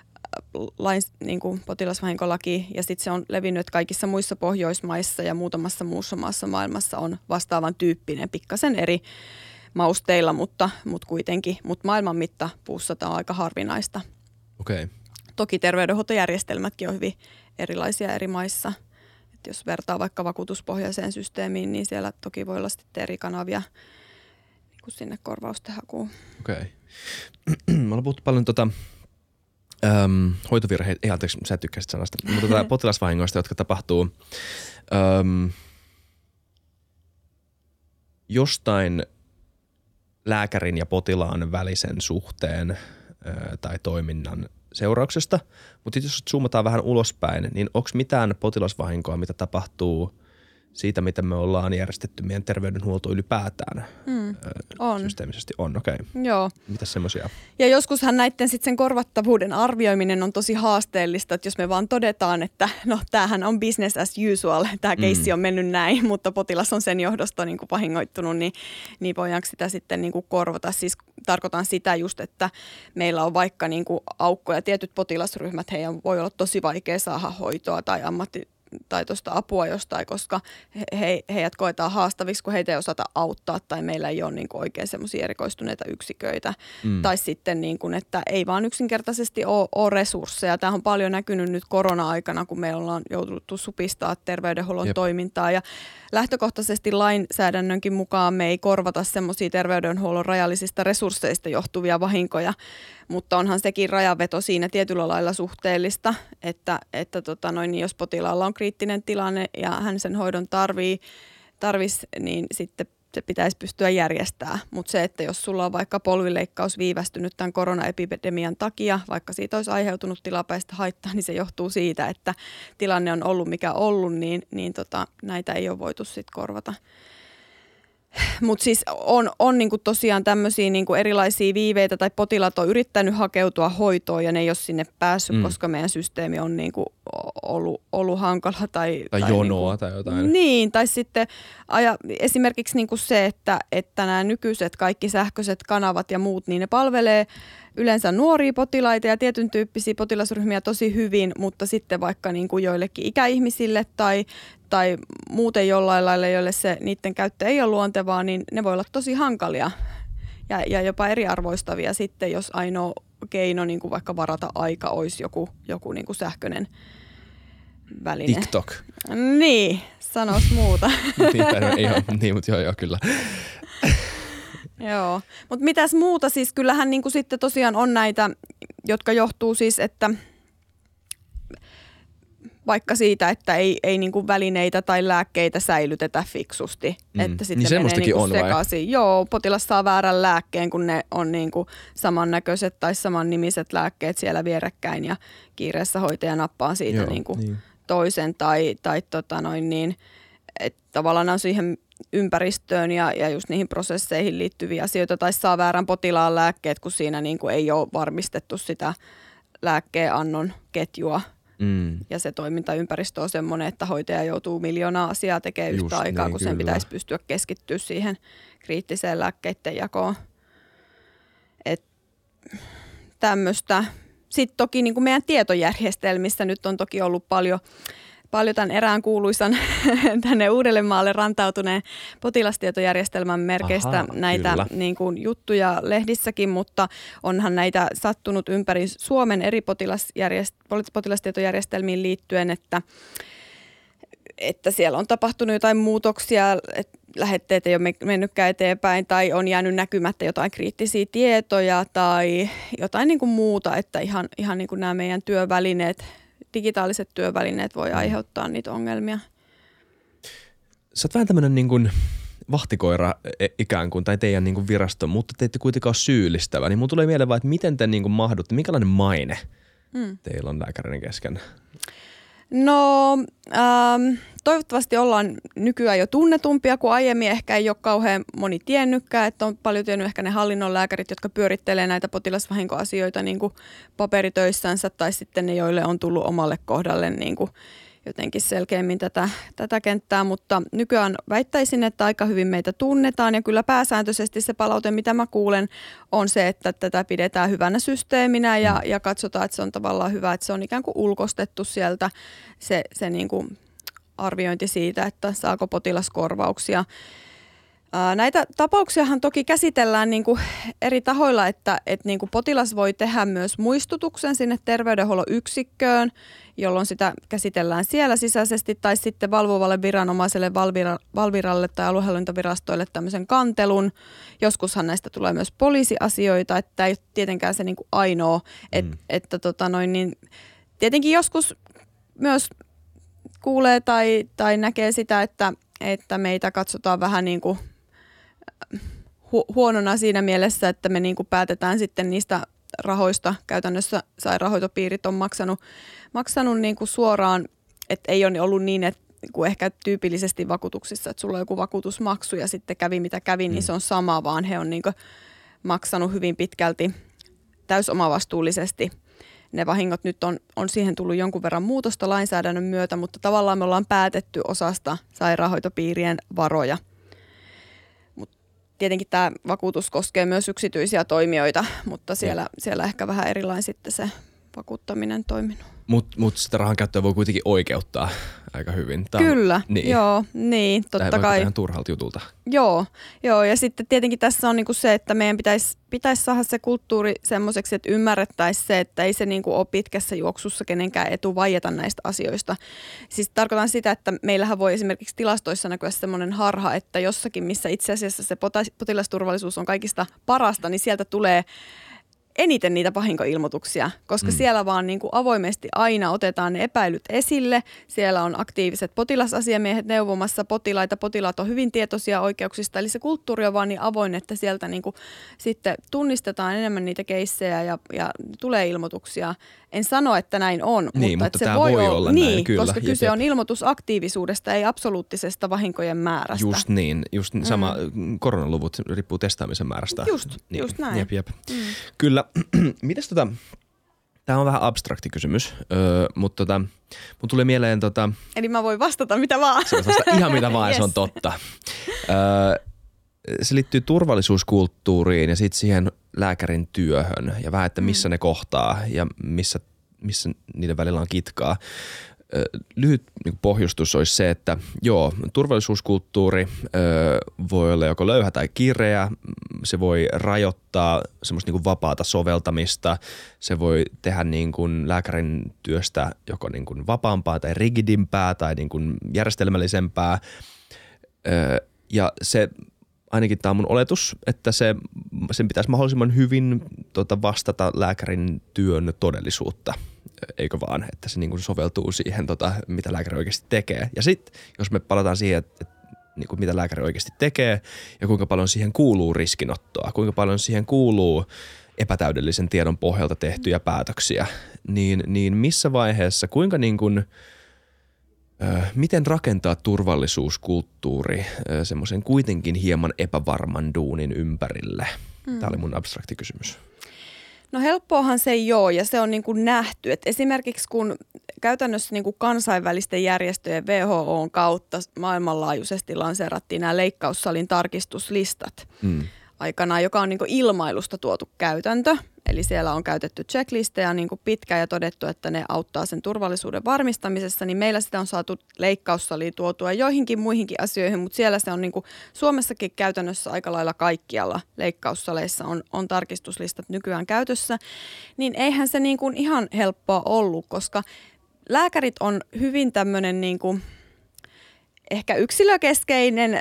lain, niin kuin potilasvahinkolaki ja sitten se on levinnyt kaikissa muissa Pohjoismaissa ja muutamassa muussa maassa maailmassa on vastaavan tyyppinen, pikkasen eri mausteilla, mutta, mutta kuitenkin. Mutta maailman mittapuussa tämä on aika harvinaista. Okay. Toki terveydenhuoltojärjestelmätkin on hyvin erilaisia eri maissa. Et jos vertaa vaikka vakuutuspohjaiseen systeemiin, niin siellä toki voi olla sitten eri kanavia niin kuin sinne korvausten hakuun. Okei. Okay. Me ollaan puhuttu paljon tota, äm, hoitovirheitä, ei anteeksi, sä tykkäsit sanasta, mutta tota, potilasvahingoista, jotka tapahtuu äm, jostain lääkärin ja potilaan välisen suhteen ö, tai toiminnan seurauksesta. Mutta jos zoomataan vähän ulospäin, niin onko mitään potilasvahinkoa, mitä tapahtuu siitä, miten me ollaan järjestetty meidän terveydenhuolto ylipäätään? Mm, on. Systeemisesti on, okei. Okay. Joo. Mitäs semmoisia? Ja joskushan näiden sitten sen korvattavuuden arvioiminen on tosi haasteellista, että jos me vaan todetaan, että no tämähän on business as usual, tämä keissi mm. on mennyt näin, mutta potilas on sen johdosta niin kuin vahingoittunut, niin, niin voidaanko sitä sitten niin kuin korvata? Siis tarkoitan sitä just, että meillä on vaikka niin kuin aukkoja, tietyt potilasryhmät, heidän voi olla tosi vaikea saada hoitoa tai ammatti tai tuosta apua jostain, koska he, heidät koetaan haastaviksi, kun heitä ei osata auttaa tai meillä ei ole niin kuin oikein semmoisia erikoistuneita yksiköitä. Mm. Tai sitten, niin kuin, että ei vaan yksinkertaisesti ole, ole resursseja. Tämä on paljon näkynyt nyt korona-aikana, kun me ollaan jouduttu supistaa terveydenhuollon Jep. toimintaa ja lähtökohtaisesti lainsäädännönkin mukaan me ei korvata semmoisia terveydenhuollon rajallisista resursseista johtuvia vahinkoja, mutta onhan sekin rajanveto siinä tietyllä lailla suhteellista, että, että tota noin, jos potilaalla on kriittinen tilanne ja hän sen hoidon tarvii, tarvisi, niin sitten se pitäisi pystyä järjestämään. Mutta se, että jos sulla on vaikka polvileikkaus viivästynyt tämän koronaepidemian takia, vaikka siitä olisi aiheutunut tilapäistä haittaa, niin se johtuu siitä, että tilanne on ollut mikä ollut, niin, niin tota, näitä ei ole voitu sitten korvata. Mutta siis on, on niinku tosiaan tämmöisiä niinku erilaisia viiveitä tai potilaat on yrittänyt hakeutua hoitoon ja ne ei ole sinne päässyt, mm. koska meidän systeemi on niinku ollut, ollut hankala. Tai, tai, tai jonoa niinku, tai jotain. Niin, tai sitten aja, esimerkiksi niinku se, että, että nämä nykyiset kaikki sähköiset kanavat ja muut, niin ne palvelee yleensä nuoria potilaita ja tietyn tyyppisiä potilasryhmiä tosi hyvin, mutta sitten vaikka niin kuin joillekin ikäihmisille tai, tai muuten jollain lailla, joille se niiden käyttö ei ole luontevaa, niin ne voi olla tosi hankalia ja, ja jopa eriarvoistavia sitten, jos ainoa keino niin kuin vaikka varata aika olisi joku, joku niin kuin sähköinen väline. TikTok. Niin, sanois muuta. niin, ei ole, niin, mutta joo, joo, kyllä. Joo, mutta mitäs muuta siis, kyllähän niin kuin sitten tosiaan on näitä, jotka johtuu siis, että vaikka siitä, että ei, ei niin kuin välineitä tai lääkkeitä säilytetä fiksusti, mm. että sitten niin menee niin kuin on, sekaisin. Vai? Joo, potilas saa väärän lääkkeen, kun ne on niin kuin samannäköiset tai samannimiset lääkkeet siellä vierekkäin ja kiireessä hoitaja nappaa siitä Joo, niin kuin niin. toisen tai, tai tota noin niin, että tavallaan on siihen ympäristöön ja, ja just niihin prosesseihin liittyviä asioita tai saa väärän potilaan lääkkeet, kun siinä niin kuin ei ole varmistettu sitä lääkkeenannon ketjua. Mm. Ja se toimintaympäristö on semmoinen, että hoitaja joutuu miljoonaa asiaa tekemään just yhtä aikaa, niin, kun sen kyllä. pitäisi pystyä keskittyä siihen kriittiseen lääkkeiden jakoon. Et tämmöistä. Sitten toki niin kuin meidän tietojärjestelmissä nyt on toki ollut paljon Paljon tämän erään kuuluisan tänne Uudellemaalle rantautuneen potilastietojärjestelmän merkeistä Aha, näitä niin kuin, juttuja lehdissäkin, mutta onhan näitä sattunut ympäri Suomen eri potilasjärjest- potilastietojärjestelmiin liittyen, että, että siellä on tapahtunut jotain muutoksia, että lähetteet ei ole mennytkään eteenpäin tai on jäänyt näkymättä jotain kriittisiä tietoja tai jotain niin kuin muuta, että ihan, ihan niin kuin nämä meidän työvälineet, digitaaliset työvälineet voi aiheuttaa niitä ongelmia. Sä oot vähän tämmöinen niin kuin vahtikoira ikään kuin, tai teidän niin kuin virasto, mutta te ette kuitenkaan ole syyllistävä. Niin mun tulee mieleen vaan, että miten te niin kuin mahdutte, minkälainen maine mm. teillä on lääkärin kesken? No ähm, toivottavasti ollaan nykyään jo tunnetumpia, kuin aiemmin ehkä ei ole kauhean moni tiennytkään, että on paljon tiennyt ehkä ne hallinnon lääkärit, jotka pyörittelee näitä potilasvahinkoasioita niin kuin paperitöissänsä tai sitten ne, joille on tullut omalle kohdalle niin kuin jotenkin selkeämmin tätä, tätä kenttää, mutta nykyään väittäisin, että aika hyvin meitä tunnetaan ja kyllä pääsääntöisesti se palaute, mitä mä kuulen, on se, että tätä pidetään hyvänä systeeminä ja, ja katsotaan, että se on tavallaan hyvä, että se on ikään kuin ulkostettu sieltä se, se niin kuin arviointi siitä, että saako potilas korvauksia. Näitä tapauksiahan toki käsitellään niin kuin eri tahoilla, että, että niin kuin potilas voi tehdä myös muistutuksen sinne terveydenhuollon yksikköön, jolloin sitä käsitellään siellä sisäisesti, tai sitten valvovalle viranomaiselle, Valvira, Valviralle tai aluehallintovirastoille tämmöisen kantelun. Joskushan näistä tulee myös poliisiasioita, että ei ole tietenkään se niin kuin ainoa, et, mm. että tota noin, niin tietenkin joskus myös kuulee tai, tai näkee sitä, että, että meitä katsotaan vähän niin kuin hu- huonona siinä mielessä, että me niin kuin päätetään sitten niistä rahoista. Käytännössä sairaanhoitopiirit on maksanut, maksanut niin kuin suoraan, että ei ole ollut niin, että kuin ehkä tyypillisesti vakuutuksissa, että sulla on joku vakuutusmaksu ja sitten kävi mitä kävi, mm. niin se on sama, vaan he on niin kuin maksanut hyvin pitkälti täysomavastuullisesti. Ne vahingot nyt on, on siihen tullut jonkun verran muutosta lainsäädännön myötä, mutta tavallaan me ollaan päätetty osasta sairaanhoitopiirien varoja. Mut tietenkin tämä vakuutus koskee myös yksityisiä toimijoita, mutta siellä, siellä ehkä vähän erilainen sitten se vakuuttaminen toiminut. Mutta mut sitä rahan käyttöä voi kuitenkin oikeuttaa aika hyvin. Tämä Kyllä, on, niin. joo, niin, totta Tämä kai. ihan turhalta jutulta. Joo, joo, ja sitten tietenkin tässä on niinku se, että meidän pitäisi, pitäisi saada se kulttuuri semmoiseksi, että ymmärrettäisiin se, että ei se niinku ole pitkässä juoksussa kenenkään etu vaieta näistä asioista. Siis tarkoitan sitä, että meillähän voi esimerkiksi tilastoissa näkyä semmoinen harha, että jossakin, missä itse asiassa se potilasturvallisuus on kaikista parasta, niin sieltä tulee eniten niitä vahinkoilmoituksia, koska mm. siellä vaan niin kuin avoimesti aina otetaan ne epäilyt esille. Siellä on aktiiviset potilasasiamiehet neuvomassa potilaita. Potilaat on hyvin tietoisia oikeuksista, eli se kulttuuri on vaan niin avoin, että sieltä niin kuin sitten tunnistetaan enemmän niitä keissejä ja, ja tulee ilmoituksia. En sano, että näin on, niin, mutta, mutta että se voi olla, olla niin, näin, kyllä, koska kyse jep, on ilmoitusaktiivisuudesta, ei absoluuttisesta vahinkojen määrästä. Just niin, just mm. sama koronaluvut riippuu testaamisen määrästä. Just, niin. just näin. Jep, jep. Mm. Kyllä, mites tota, tämä on vähän abstrakti kysymys, öö, mutta tota, mun tuli mieleen tota... Eli mä voin vastata mitä vaan. Se vastata ihan mitä vaan, yes. Se on totta. Öö, se liittyy turvallisuuskulttuuriin ja sitten siihen lääkärin työhön ja vähän, että missä mm. ne kohtaa ja missä, missä niiden välillä on kitkaa. Lyhyt pohjustus olisi se, että joo, turvallisuuskulttuuri ö, voi olla joko löyhä tai kireä, se voi rajoittaa semmoista niin kuin vapaata soveltamista, se voi tehdä niin kuin lääkärin työstä joko niin kuin vapaampaa tai rigidimpää tai niin kuin järjestelmällisempää ö, ja se ainakin tämä on mun oletus, että se, sen pitäisi mahdollisimman hyvin tota, vastata lääkärin työn todellisuutta, eikö vaan, että se niin kuin soveltuu siihen, tota, mitä lääkäri oikeasti tekee. Ja sitten, jos me palataan siihen, että, että niin kuin mitä lääkäri oikeasti tekee ja kuinka paljon siihen kuuluu riskinottoa, kuinka paljon siihen kuuluu epätäydellisen tiedon pohjalta tehtyjä päätöksiä, niin, niin missä vaiheessa, kuinka niin kuin miten rakentaa turvallisuuskulttuuri semmoisen kuitenkin hieman epävarman duunin ympärille? Mm. Tämä oli mun abstrakti kysymys. No helppoahan se ei ole ja se on niin kuin nähty. Et esimerkiksi kun käytännössä niin kuin kansainvälisten järjestöjen W H O:n kautta maailmanlaajuisesti lanseerattiin nämä leikkaussalin tarkistuslistat mm. aikanaan, joka on niin kuin ilmailusta tuotu käytäntö. Eli siellä on käytetty checklisteja niin kuin pitkään ja todettu, että ne auttaa sen turvallisuuden varmistamisessa, niin meillä sitä on saatu leikkaussaliin tuotua joihinkin muihinkin asioihin, mutta siellä se on niin kuin Suomessakin käytännössä aika lailla kaikkialla leikkaussaleissa on, on tarkistuslistat nykyään käytössä, niin eihän se niin kuin ihan helppoa ollut, koska lääkärit on hyvin tämmöinen niin kuin ehkä yksilökeskeinen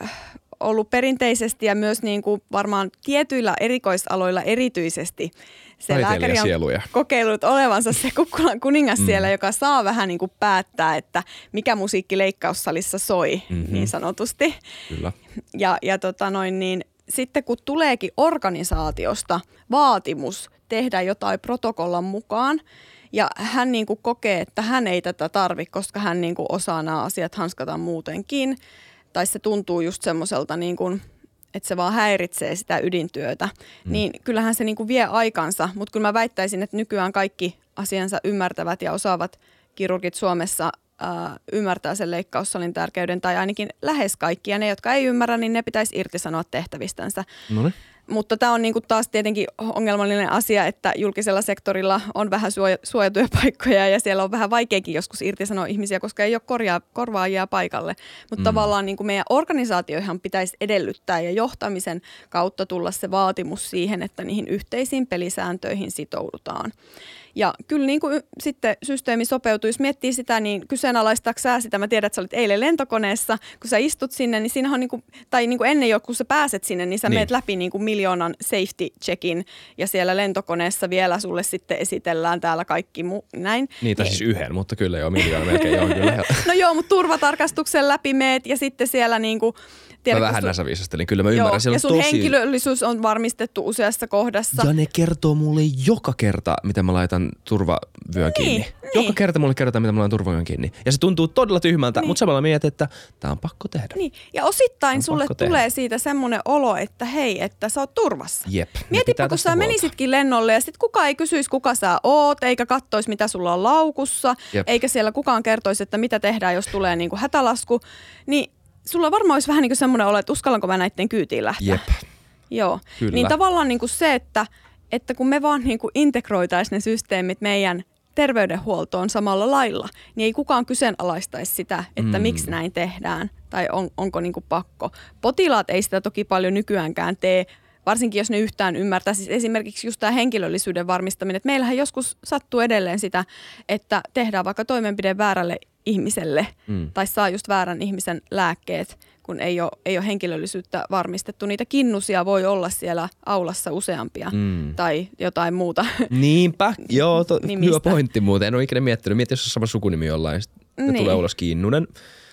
ollut perinteisesti ja myös niin kuin varmaan tietyillä erikoisaloilla erityisesti se lääkäri on kokeillut olevansa se kukkulan kuningas mm. siellä, joka saa vähän niin kuin päättää, että mikä musiikki leikkaussalissa soi mm-hmm. niin sanotusti. Kyllä. Ja, ja tota noin niin, sitten kun tuleekin organisaatiosta vaatimus tehdä jotain protokollan mukaan, ja hän niin kuin kokee, että hän ei tätä tarvitse, koska hän niin kuin osaa nämä asiat hanskata muutenkin, tai se tuntuu just semmoiselta, niin kuin, että se vaan häiritsee sitä ydintyötä, mm. niin kyllähän se niin kuin vie aikansa. Mutta kyllä mä väittäisin, että nykyään kaikki asiansa ymmärtävät ja osaavat kirurgit Suomessa ää, ymmärtää sen leikkaussalin tärkeyden, tai ainakin lähes kaikki. Ja ne, jotka ei ymmärrä, niin ne pitäisi irtisanoa tehtävistänsä. Noniin. Mutta tämä on niinku taas tietenkin ongelmallinen asia, että julkisella sektorilla on vähän suoja, suojatyöpaikkoja ja siellä on vähän vaikeakin joskus irtisanoa ihmisiä, koska ei ole korjaa, korvaajia paikalle. Mutta mm. tavallaan niinku meidän organisaatioihan pitäisi edellyttää ja johtamisen kautta tulla se vaatimus siihen, että niihin yhteisiin pelisääntöihin sitoudutaan. Ja kyllä niin kuin sitten systeemi sopeutuu, jos miettii sitä, niin kyseenalaistaako sä sitä, mä tiedän, että sä olit eilen lentokoneessa, kun sä istut sinne, niin siinä on niin kuin, tai niin kuin ennen jo, kun sä pääset sinne, niin sä niin. meet läpi niin kuin miljoonan safety checkin, ja siellä lentokoneessa vielä sulle sitten esitellään täällä kaikki muu, näin. Niin, tai siis yhden, mutta kyllä joo, miljoona melkein joo, kyllä. No joo, mutta turvatarkastuksen läpi meet, ja sitten siellä niin kuin Tiedä, mä vähän näissä viisastelin, kyllä mä ymmärrän. Joo, siellä ja sun tosi... henkilöllisyys on varmistettu useassa kohdassa. Ja ne kertoo mulle joka kerta, miten mä laitan turvavyön niin, kiinni. Niin. Joka kerta mulle kerrotaan, miten mä laitan turvavyön kiinni. Ja se tuntuu todella tyhmältä, niin. mutta samalla mietin, että tää on pakko tehdä. Niin. Ja osittain sulle tulee tehdä. siitä semmoinen olo, että hei, että sä oot turvassa. Jep. Mietipä, kun sä huolta. menisitkin lennolle ja sit kukaan ei kysyisi, kuka sä oot, eikä kattoisi, mitä sulla on laukussa, Jep. eikä siellä kukaan kertoisi, että mitä tehdään, jos tulee niinku hätälasku. Niin sulla varmaan olisi vähän niin kuin semmoinen olo, että uskallanko mä näitten kyytiin lähteä. Jep. Joo. Kyllä. Niin tavallaan niin kuin se, että, että kun me vaan niin kuin integroitaisiin ne systeemit meidän terveydenhuoltoon samalla lailla, niin ei kukaan kyseenalaistaisi sitä, että mm. miksi näin tehdään tai on, onko niin kuin pakko. Potilaat ei sitä toki paljon nykyäänkään tee, varsinkin jos ne yhtään ymmärtää. Siis esimerkiksi just tämä henkilöllisyyden varmistaminen, että meillähän joskus sattuu edelleen sitä, että tehdään vaikka toimenpide väärälle ihmiselle mm. tai saa just väärän ihmisen lääkkeet, kun ei ole, ei ole henkilöllisyyttä varmistettu. Niitä kinnusia voi olla siellä aulassa useampia mm. tai jotain muuta. Niinpä, joo, to, hyvä pointti muuten. En ole ikinä miettinyt. Mieti, jos on sama sukunimi jollain, niin. tulee ulos Kinnunen.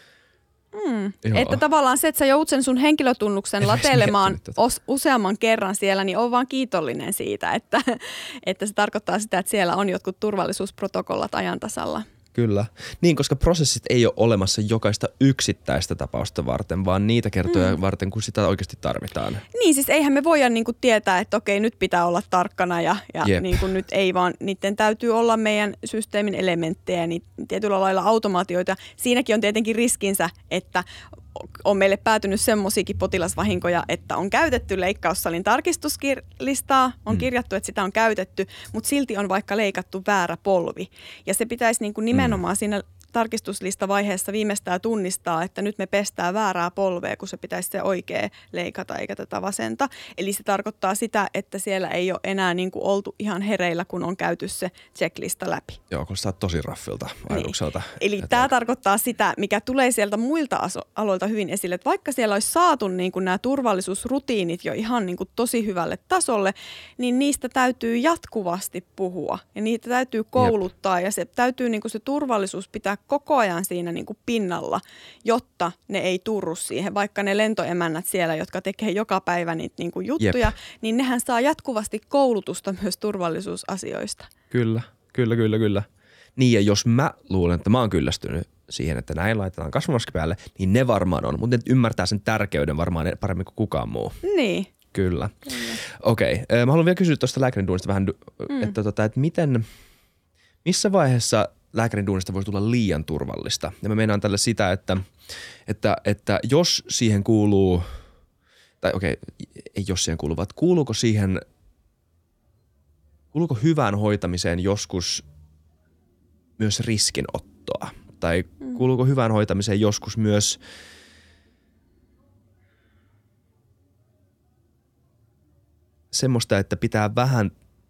Mm. Että tavallaan se, että sä joudut sen sun henkilötunnuksen en latelemaan os, useamman kerran siellä, niin on vaan kiitollinen siitä, että, että se tarkoittaa sitä, että siellä on jotkut turvallisuusprotokollat ajan tasalla. Kyllä. Niin, koska prosessit ei ole olemassa jokaista yksittäistä tapausta varten, vaan niitä kertoja mm. varten, kun sitä oikeasti tarvitaan. Niin, siis eihän me voida niinku tietää, että okei, nyt pitää olla tarkkana ja, ja niinku nyt ei, vaan niiden täytyy olla meidän systeemin elementtejä, niin tietyllä lailla automaatioita. Siinäkin on tietenkin riskinsä, että on meille päätynyt semmoisiakin potilasvahinkoja, että on käytetty leikkaussalin tarkistuslistaa, on mm. kirjattu, että sitä on käytetty, mutta silti on vaikka leikattu väärä polvi. Ja se pitäisi niin kuin nimenomaan mm. siinä tarkistuslistavaiheessa viimeistään tunnistaa, että nyt me pestään väärää polvea, kun se pitäisi se oikea leikata eikä tätä vasenta. Eli se tarkoittaa sitä, että siellä ei ole enää niin kuin oltu ihan hereillä, kun on käyty se checklista läpi. Joo, kun sä oot tosi raffilta ajatukselta. Niin. Eli tämä tarkoittaa sitä, mikä tulee sieltä muilta aso- aloilta hyvin esille, että vaikka siellä olisi saatu niin kuin nämä turvallisuusrutiinit jo ihan niin kuin tosi hyvälle tasolle, niin niistä täytyy jatkuvasti puhua ja niitä täytyy kouluttaa Jep. ja se täytyy niin kuin se turvallisuus pitää koko ajan siinä niin kuin pinnalla, jotta ne ei turru siihen. Vaikka ne lentoemännät siellä, jotka tekee joka päivä niitä niin kuin juttuja, Jep. niin nehän saa jatkuvasti koulutusta myös turvallisuusasioista. Kyllä, kyllä, kyllä, kyllä. Niin ja jos mä luulen, että mä oon kyllästynyt siihen, että näin laitetaan kasvomaski päälle, niin ne varmaan on. Mutta ne ymmärtää sen tärkeyden varmaan paremmin kuin kukaan muu. Niin. Kyllä. Kyllä. Okei, okay. Mä haluan vielä kysyä tuosta lääkärin duunista vähän, mm. että, tota, että miten, missä vaiheessa lääkärin duunista voisi tulla liian turvallista. Ja mä meinaan tälle sitä, että, että, että jos siihen kuuluu, tai okei, okay, ei jos siihen kuuluu, vaan kuuluuko siihen, kuuluuko hyvään hoitamiseen joskus myös riskinottoa? Tai kuuluuko hyvään hoitamiseen joskus myös semmoista, että pitää vähän,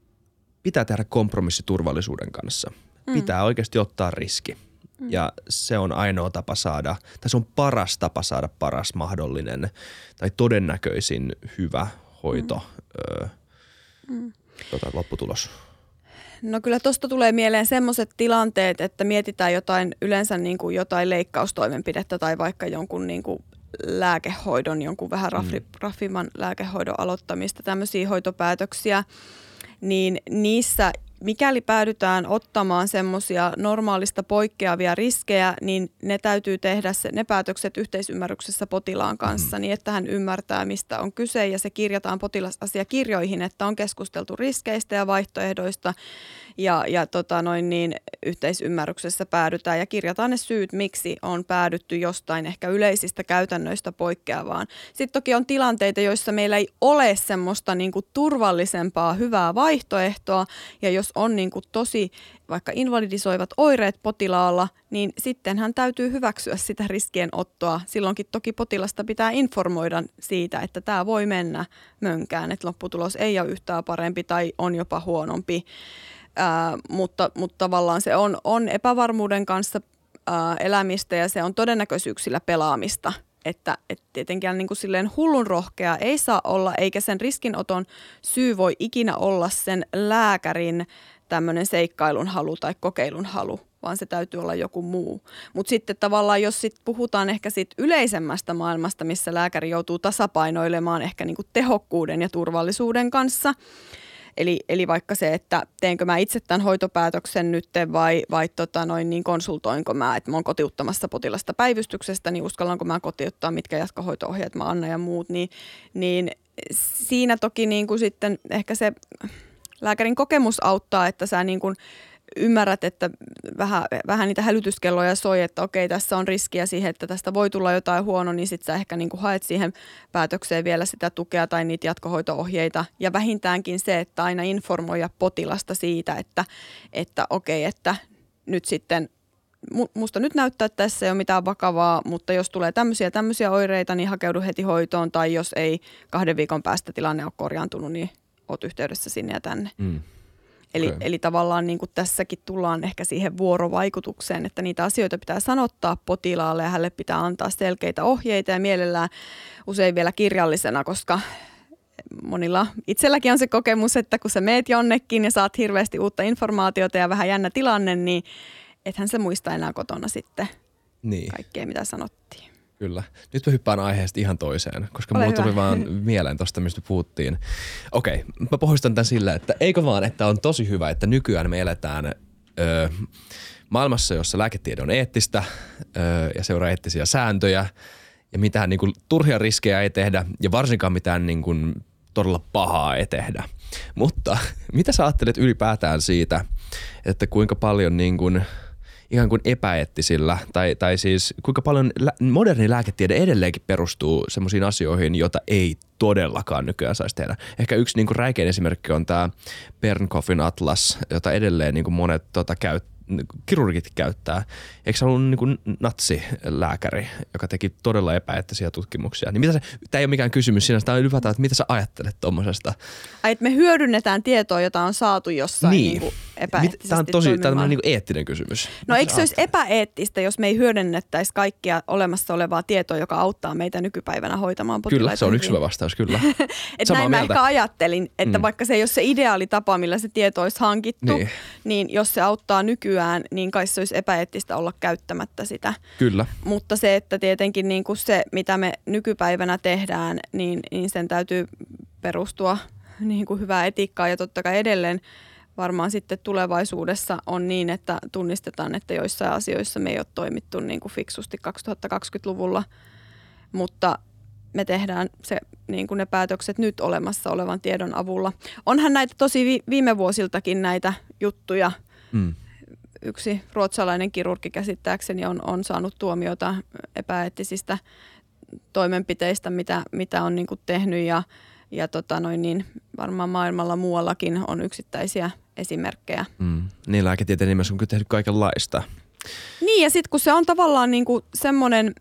pitää tehdä kompromissi turvallisuuden kanssa. Mm. Pitää oikeasti ottaa riski. Mm. Ja se on ainoa tapa saada, tai se on paras tapa saada paras mahdollinen tai todennäköisin hyvä hoito, mm. öö, mm. Tota, lopputulos. No kyllä tuosta tulee mieleen semmoiset tilanteet, että mietitään jotain, yleensä niin kuin jotain leikkaustoimenpidettä tai vaikka jonkun niin kuin lääkehoidon, jonkun vähän raffi, mm. raffimman lääkehoidon aloittamista, tämmöisiä hoitopäätöksiä, niin niissä mikäli päädytään ottamaan semmoisia normaalista poikkeavia riskejä, niin ne täytyy tehdä se, ne päätökset yhteisymmärryksessä potilaan kanssa, mm. niin että hän ymmärtää, mistä on kyse ja se kirjataan potilasasiakirjoihin, että on keskusteltu riskeistä ja vaihtoehdoista ja, ja tota noin niin, yhteisymmärryksessä päädytään ja kirjataan ne syyt, miksi on päädytty jostain ehkä yleisistä käytännöistä poikkeavaan. Sitten toki on tilanteita, joissa meillä ei ole semmoista niin kuin turvallisempaa hyvää vaihtoehtoa ja jos on niin kuin tosi vaikka invalidisoivat oireet potilaalla, niin sitten hän täytyy hyväksyä sitä riskien ottoa. Silloinkin toki potilasta pitää informoida siitä, että tämä voi mennä mönkään, että lopputulos ei ole yhtään parempi tai on jopa huonompi. Ää, mutta, mutta tavallaan se on, on epävarmuuden kanssa ää, elämistä ja se on todennäköisyyksillä pelaamista. Että, että tietenkään niin kuin silleen hullun rohkea ei saa olla, eikä sen riskinoton syy voi ikinä olla sen lääkärin tämmöinen seikkailun halu tai kokeilun halu, vaan se täytyy olla joku muu. Mutta sitten tavallaan, jos sit puhutaan ehkä siitä yleisemmästä maailmasta, missä lääkäri joutuu tasapainoilemaan ehkä niin kuin tehokkuuden ja turvallisuuden kanssa, Eli, eli vaikka se, että teenkö mä itse tämän hoitopäätöksen nyt vai, vai tota noin, niin konsultoinko mä, että mä oon kotiuttamassa potilasta päivystyksestä, niin uskallanko mä kotiuttaa, mitkä jatkohoito-ohjeet mä annan ja muut, niin, niin siinä toki niin kuin sitten ehkä se lääkärin kokemus auttaa, että sä niin kuin ymmärrät, että vähän, vähän niitä hälytyskelloja soi, että okei, tässä on riskiä siihen, että tästä voi tulla jotain huono, niin sitten sä ehkä niin kuin haet siihen päätökseen vielä sitä tukea tai niitä jatkohoito-ohjeita. Ja vähintäänkin se, että aina informoida potilasta siitä, että, että okei, että nyt sitten, musta nyt näyttää, että tässä ei ole mitään vakavaa, mutta jos tulee tämmöisiä tämmöisiä oireita, niin hakeudu heti hoitoon, tai jos ei kahden viikon päästä tilanne ole korjaantunut, niin oot yhteydessä sinne ja tänne. Mm. Eli, Okay. eli tavallaan niin kuin tässäkin tullaan ehkä siihen vuorovaikutukseen, että niitä asioita pitää sanottaa potilaalle ja hänelle pitää antaa selkeitä ohjeita ja mielellään usein vielä kirjallisena, koska monilla itselläkin on se kokemus, että kun sä meet jonnekin ja saat hirveästi uutta informaatiota ja vähän jännä tilanne, niin ethän se muista enää kotona sitten Niin. kaikkea, mitä sanottiin. Kyllä. Nyt mä hyppään aiheesta ihan toiseen, koska Ole mulla hyvä. tuli vaan mieleen tosta, mistä puhuttiin. Okei, mä pohjustan tämän sillä, että eikö vaan, että on tosi hyvä, että nykyään me eletään ö, maailmassa, jossa lääketiede on eettistä ö, ja seuraa eettisiä sääntöjä ja mitään niin kuin, turhia riskejä ei tehdä ja varsinkaan mitään niin kuin, todella pahaa ei tehdä. Mutta mitä sä ajattelet ylipäätään siitä, että kuinka paljon niin kuin, ihan kuin epäeettisillä, tai, tai siis kuinka paljon lä- moderni lääketiede edelleenkin perustuu semmoisiin asioihin, joita ei todellakaan nykyään saisi tehdä. Ehkä yksi niin kuin räikein esimerkki on tämä Bernkoffin atlas, jota edelleen niin kuin monet tota, käy, kirurgit käyttää. Eikö se ollut niin kuin natsilääkäri, joka teki todella epäeettisiä tutkimuksia? Niin mitä se, tämä ei ole mikään kysymys sinänsä, tämä on ylipäätään, että mitä sä ajattelet tuommoisesta? Ai, että me hyödynnetään tietoa, jota on saatu jossain Niin. niin kuin epäeettisesti Tämä on tosi tämä toimimaan. on niin kuin eettinen kysymys. No Mitä eikö sä se olisi ajattelet? epäeettistä, jos me ei hyödynnettäisi kaikkia olemassa olevaa tietoa, joka auttaa meitä nykypäivänä hoitamaan potilaita Kyllä, se on hyvin? yksilö vastaus, kyllä. Et Samaa näin mä mieltä. ehkä ajattelin, että Mm. vaikka se ei ole se ideaali tapa, millä se tieto olisi hankittu, Niin. niin. niin jos se auttaa nykyään, niin kai se olisi epäeettistä olla käyttämättä sitä. Kyllä. Mutta se, että tietenkin niin kuin se, mitä me nykypäivänä tehdään, niin, niin sen täytyy perustua niin kuin hyvää etiikkaa ja totta kai edelleen varmaan sitten tulevaisuudessa on niin, että tunnistetaan, että joissain asioissa me ei ole toimittu niin kuin fiksusti kaksituhattakaksikymmentäluvulla, mutta me tehdään se, niin kuin ne päätökset nyt olemassa olevan tiedon avulla. Onhan näitä tosi vi- viime vuosiltakin näitä juttuja. Mm. Yksi ruotsalainen kirurgi käsittääkseni on, on saanut tuomiota epäeettisistä toimenpiteistä, mitä, mitä on niin kuin tehnyt ja, ja tota noin niin, varmaan maailmalla muuallakin on yksittäisiä esimerkkejä. Mm. Niin lääketieteen nimessä on kyllä tehnyt kaikenlaista. Niin ja sitten kun se on tavallaan niin kuin semmoinen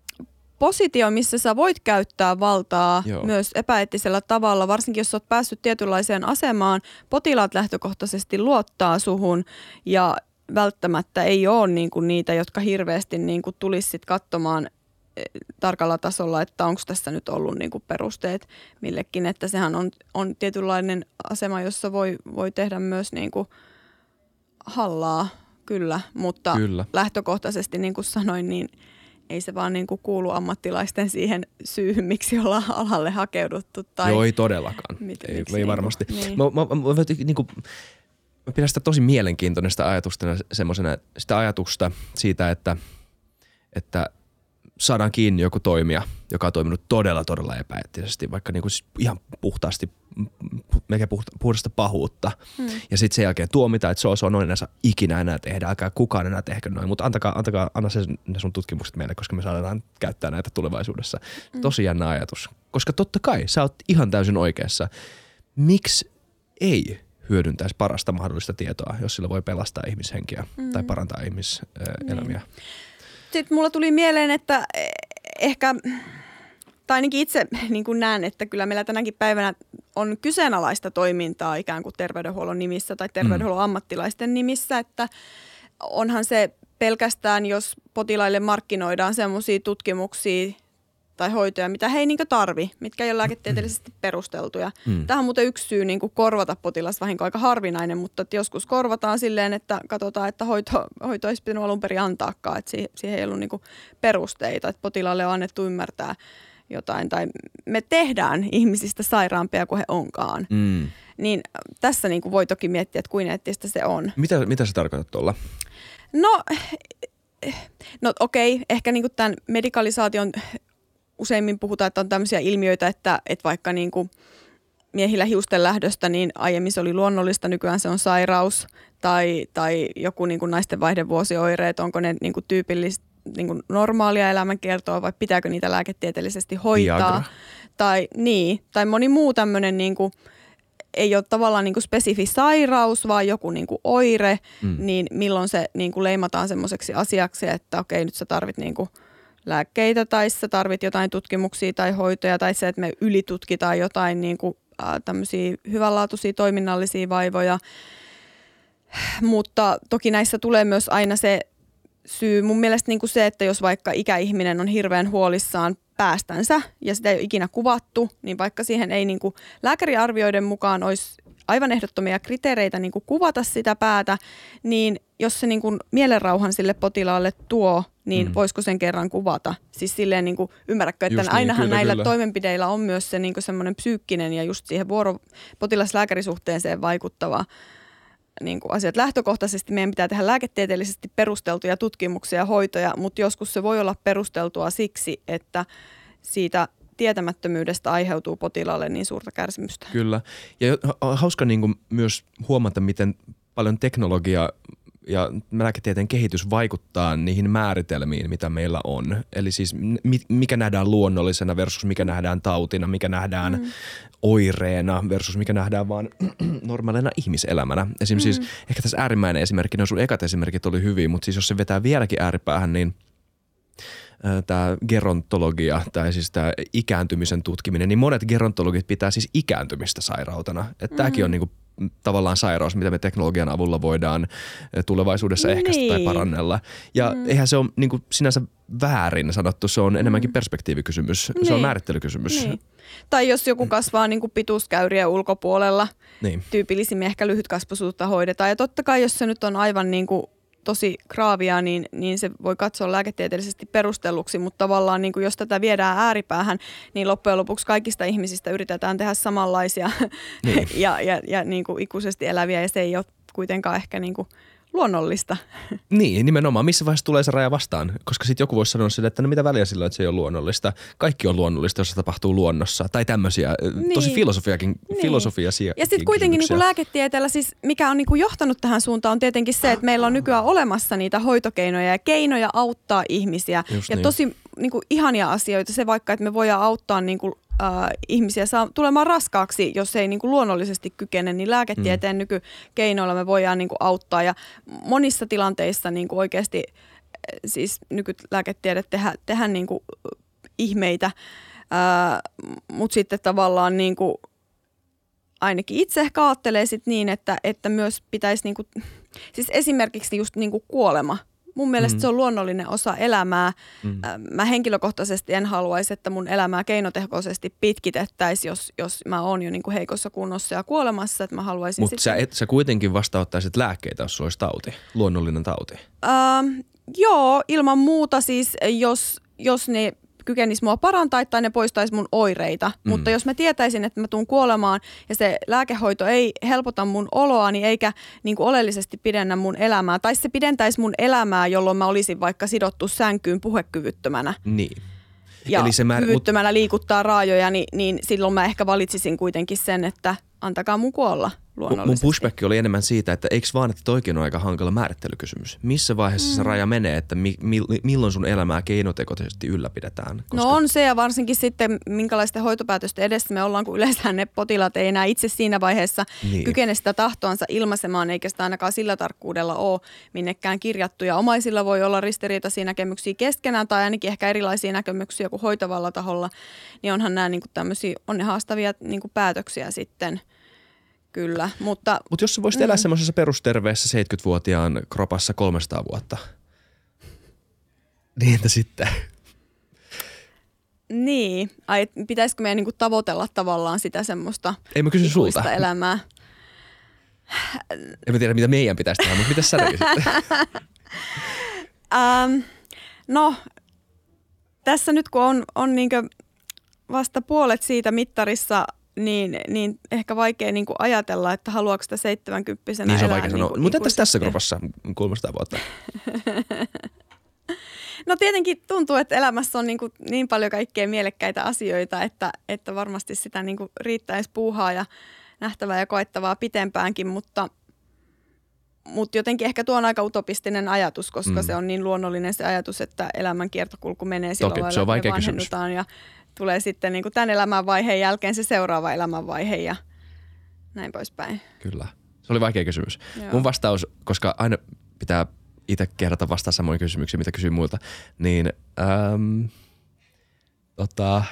positio, missä sä voit käyttää valtaa Joo. myös epäeettisellä tavalla, varsinkin jos sä oot päässyt tietynlaiseen asemaan, potilaat lähtökohtaisesti luottaa suhun ja välttämättä ei ole niin kuin niitä, jotka hirveästi niin kuin tulisi sit katsomaan eh, tarkalla tasolla, että onko tässä nyt ollut niin kuin perusteet millekin, että sehän on, on tietynlainen asema, jossa voi, voi tehdä myös niin kuin hallaa, kyllä, mutta Kyllä. lähtökohtaisesti niin kuin sanoin, niin ei se vaan niin kuin kuulu ammattilaisten siihen syyhyn, miksi ollaan alalle hakeuduttu. Tai Joo, ei todellakaan. Mit- ei, miksi ei niinku, varmasti. niin. Mä, mä, mä, mä, niin kuin, mä pidän sitä tosi mielenkiintoinen sitä ajatusta, semmoisena, sitä ajatusta siitä, että, että saadaan kiinni joku toimija, joka on toiminut todella, todella epäeettisesti, vaikka niin kuin siis ihan puhtaasti, melkein puhta, puhdasta pahuutta. Hmm. Ja sitten sen jälkeen tuomita, että se on, se on noin, enää saa ikinä enää tehdä, älkää kukaan enää tehkö noin, mutta antakaa, antakaa, anna se, ne sun tutkimukset meille, koska me saadaan käyttää näitä tulevaisuudessa. Hmm. Tosi jännä ajatus, koska totta kai sä oot ihan täysin oikeassa. Miksi ei hyödyntäisi parasta mahdollista tietoa, jos sillä voi pelastaa ihmishenkiä hmm. tai parantaa ihmiselämiä? Niin. Sitten mulla tuli mieleen, että ehkä, tai ainakin itse niin kuin näen, että kyllä meillä tänäkin päivänä on kyseenalaista toimintaa ikään kuin terveydenhuollon nimissä tai terveydenhuollon ammattilaisten nimissä, että onhan se pelkästään, jos potilaille markkinoidaan semmoisia tutkimuksia tai hoitoja, mitä he ei niin kuin tarvi, mitkä ei ole lääketieteellisesti perusteltuja. Mm. Tähän on muuten yksi syy niin kuin korvata potilasvahinko, aika harvinainen, mutta että joskus korvataan silleen, että katsotaan, että hoito, hoito ei pitänyt alun perin antaakaan, että siihen, siihen ei ollut niin kuin perusteita, että potilaalle on annettu ymmärtää jotain, tai me tehdään ihmisistä sairaampia kuin he onkaan. Mm. Niin tässä niin kuin voi toki miettiä, että kuinka eettistä se on. Mitä, mitä sä tarkoitat tuolla? No, no okei, ehkä niin kuin tämän medikalisaation useimmin puhutaan, että on tämmöisiä ilmiöitä, että, että vaikka niin kuin miehillä hiusten lähdöstä, niin aiemmin se oli luonnollista, nykyään se on sairaus, tai, tai joku niin kuin naisten vaihdevuosioireet, onko ne niin kuin tyypillistä, niin kuin normaalia elämänkertoa vai pitääkö niitä lääketieteellisesti hoitaa. Viagra. Tai, niin, tai moni muu tämmöinen niin kuin, ei ole tavallaan niin kuin spesifi sairaus, vaan joku niin kuin oire, mm. niin milloin se niin kuin leimataan semmoiseksi asiaksi, että okei, nyt sä tarvit niin kuin lääkkeitä tai sä tarvit jotain tutkimuksia tai hoitoja tai se, että me ylitutkitaan jotain niin kuin, äh, tämmöisiä hyvänlaatuisia toiminnallisia vaivoja. Mutta toki näissä tulee myös aina se syy. Mun mielestä niin kuin se, että jos vaikka ikäihminen on hirveän huolissaan päästänsä ja sitä ei ole ikinä kuvattu, niin vaikka siihen ei niin kuin lääkäriarvioiden mukaan olisi aivan ehdottomia kriteereitä niin kuin kuvata sitä päätä, niin jos se niin kuin mielenrauhan sille potilaalle tuo, niin mm. voisiko sen kerran kuvata? Siis silleen niin kuin, ymmärrätkö, että niin, ainahan kyllä, näillä kyllä. toimenpideillä on myös se niin kuin semmoinen psyykkinen ja just siihen vuoro potilas-lääkärisuhteeseen vaikuttava niin kuin asiat. Lähtökohtaisesti meidän pitää tehdä lääketieteellisesti perusteltuja tutkimuksia ja hoitoja, mutta joskus se voi olla perusteltua siksi, että siitä tietämättömyydestä aiheutuu potilaalle niin suurta kärsimystä. Kyllä. Ja on hauska niin kuin myös huomata, miten paljon teknologia ja lääketieteen kehitys vaikuttaa niihin määritelmiin, mitä meillä on. Eli siis mikä nähdään luonnollisena versus mikä nähdään tautina, mikä nähdään mm. oireena versus mikä nähdään vaan normaalina ihmiselämänä. Esimerkiksi mm. siis, ehkä tässä äärimmäinen esimerkki, no sun ekat esimerkit oli hyviä, mutta siis jos se vetää vieläkin ääripäähän, niin tämä gerontologia tai siis tämä ikääntymisen tutkiminen, niin monet gerontologit pitää siis ikääntymistä sairautena. Että mm. tämäkin on niinku tavallaan sairaus, mitä me teknologian avulla voidaan tulevaisuudessa niin. ehkäistä tai parannella. Ja mm. eihän se ole niinku sinänsä väärin sanottu, se on enemmänkin perspektiivikysymys, niin. se on määrittelykysymys. Niin. Tai jos joku kasvaa niinku pituuskäyrien ulkopuolella, niin. tyypillisimmin ehkä lyhytkasvuisuutta hoidetaan. Ja totta kai, jos se nyt on aivan niinku tosi graavia, niin, niin se voi katsoa lääketieteellisesti perustelluksi, mutta tavallaan niin kuin jos tätä viedään ääripäähän, niin loppujen lopuksi kaikista ihmisistä yritetään tehdä samanlaisia niin. ja, ja, ja niin kuin ikuisesti eläviä, ja se ei ole kuitenkaan ehkä niin kuin luonnollista. Niin, nimenomaan. Missä vaiheessa tulee se raja vastaan? Koska sitten joku voisi sanoa sille, että no mitä väliä sillä, että se ei ole luonnollista. Kaikki on luonnollista, jos se tapahtuu luonnossa. Tai tämmöisiä, niin. tosi filosofiakin, niin. filosofiasia. Ja sitten kuitenkin niin kuin lääketieteellä, siis mikä on niin kuin johtanut tähän suuntaan, on tietenkin se, että meillä on nykyään olemassa niitä hoitokeinoja ja keinoja auttaa ihmisiä. Just ja niin. tosi niin kuin ihania asioita. Se vaikka, että me voidaan auttaa niin kuin Uh, ihmisiä saa tulemaan raskaaksi, jos ei niin kuin luonnollisesti kykene, niin lääketieteen mm. nykykeinoilla me voidaan niin kuin auttaa. Ja monissa tilanteissa niin kuin oikeasti siis nykylääketiede tehdä, tehdä niin kuin ihmeitä, uh, mutta sitten tavallaan niin kuin ainakin itse ehkä ajattelee sit niin, että, että myös pitäisi, niin kuin, siis esimerkiksi just niin kuin kuolema. Mun mielestä mm. se on luonnollinen osa elämää. Mm. Mä henkilökohtaisesti en haluaisi, että mun elämää keinotekoisesti pitkitettäisiin, jos, jos mä oon jo niin kuin heikossa kunnossa ja kuolemassa. Että mä haluaisin Mutta sä, sä kuitenkin vastaanottaisit lääkkeitä, jos sulla olisi tauti, luonnollinen tauti. Uh, joo, ilman muuta siis, jos, jos ne kykenisi mua parantaa tai ne poistaisi mun oireita. Mm. Mutta jos mä tietäisin, että mä tuun kuolemaan ja se lääkehoito ei helpota mun oloani eikä niin kuin oleellisesti pidennä mun elämää, tai se pidentäisi mun elämää, jolloin mä olisin vaikka sidottu sänkyyn puhekyvyttömänä. Niin. Ja Eli se määr... kyvyttömänä liikuttaa raajoja, niin, niin silloin mä ehkä valitsisin kuitenkin sen, että antakaa mun kuolla luonnollisesti. Mun pushback oli enemmän siitä, että eikö vaan, että toikin on aika hankala määrittelykysymys. Missä vaiheessa mm. se raja menee, että mi, mi, milloin sun elämää keinotekoisesti ylläpidetään? Koska... No on se, ja varsinkin sitten minkälaisten hoitopäätösten edessä me ollaan, kun yleensä ne potilaat ei enää itse siinä vaiheessa niin. kykene sitä tahtoansa ilmaisemaan, eikä sitä ainakaan sillä tarkkuudella ole minnekään kirjattu. Ja omaisilla voi olla ristiriitaisia näkemyksiä keskenään tai ainakin ehkä erilaisia näkemyksiä kuin hoitavalla taholla. Niin onhan nämä niin kuin tämmöisiä, on ne haastavia niin kuin päätöksiä sitten. Kyllä, mutta... Mutta jos sä voisit mm. elää semmoisessa perusterveessä seitsemänkymmentävuotiaan kropassa kolmesataa vuotta, niin entä sitten? Niin, ai pitäisikö meidän niinku tavoitella tavallaan sitä semmoista Ei mä kysy sulta. elämää? En mä tiedä, mitä meidän pitäisi tehdä, mutta mitä sä tekisit? um, no, tässä nyt kun on, on niinku vasta puolet siitä mittarissa, Niin, niin ehkä vaikea niin kuin ajatella, että haluaako sitä seitsemänkymppisenä niin, elää. Se on vaikea niin sanoa. Mutta entäs tässä kropassa kolmesataa vuotta? No tietenkin tuntuu, että elämässä on niin, kuin niin paljon kaikkea mielekkäitä asioita, että, että varmasti sitä niin kuin riittäisi puuhaa ja nähtävää ja koettavaa pitempäänkin, mutta, mutta jotenkin ehkä tuo on aika utopistinen ajatus, koska mm. se on niin luonnollinen se ajatus, että elämän kiertokulku menee sillä Toki, lailla, se on vaikea että me vanhennutaan ja tulee sitten niin kuin tämän elämänvaiheen jälkeen se seuraava elämänvaihe ja näin poispäin. Kyllä. Se oli vaikea kysymys. Joo. Mun vastaus, koska aina pitää itse kehdata vastaa samoin kysymyksiä, mitä kysyy muilta, niin äm, tota,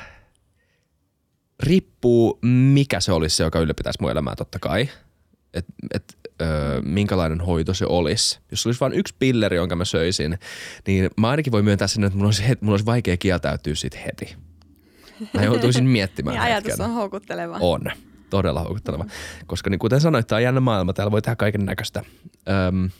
riippuu mikä se olisi se, joka ylläpitäisi mun elämää totta kai. Et, et, öö, minkälainen hoito se olisi. Jos olisi vain yksi pilleri, jonka mä söisin, niin mä ainakin voin myöntää sinne, että mulla olisi, mulla olisi vaikea kieltäytyä siitä heti. Mä joutuisin miettimään niin hetken. ajatus on houkutteleva. On. Todella houkutteleva. Koska niin kuten sanoit, tämä on jännä maailma. Täällä voi tehdä kaiken näköistä. Öm,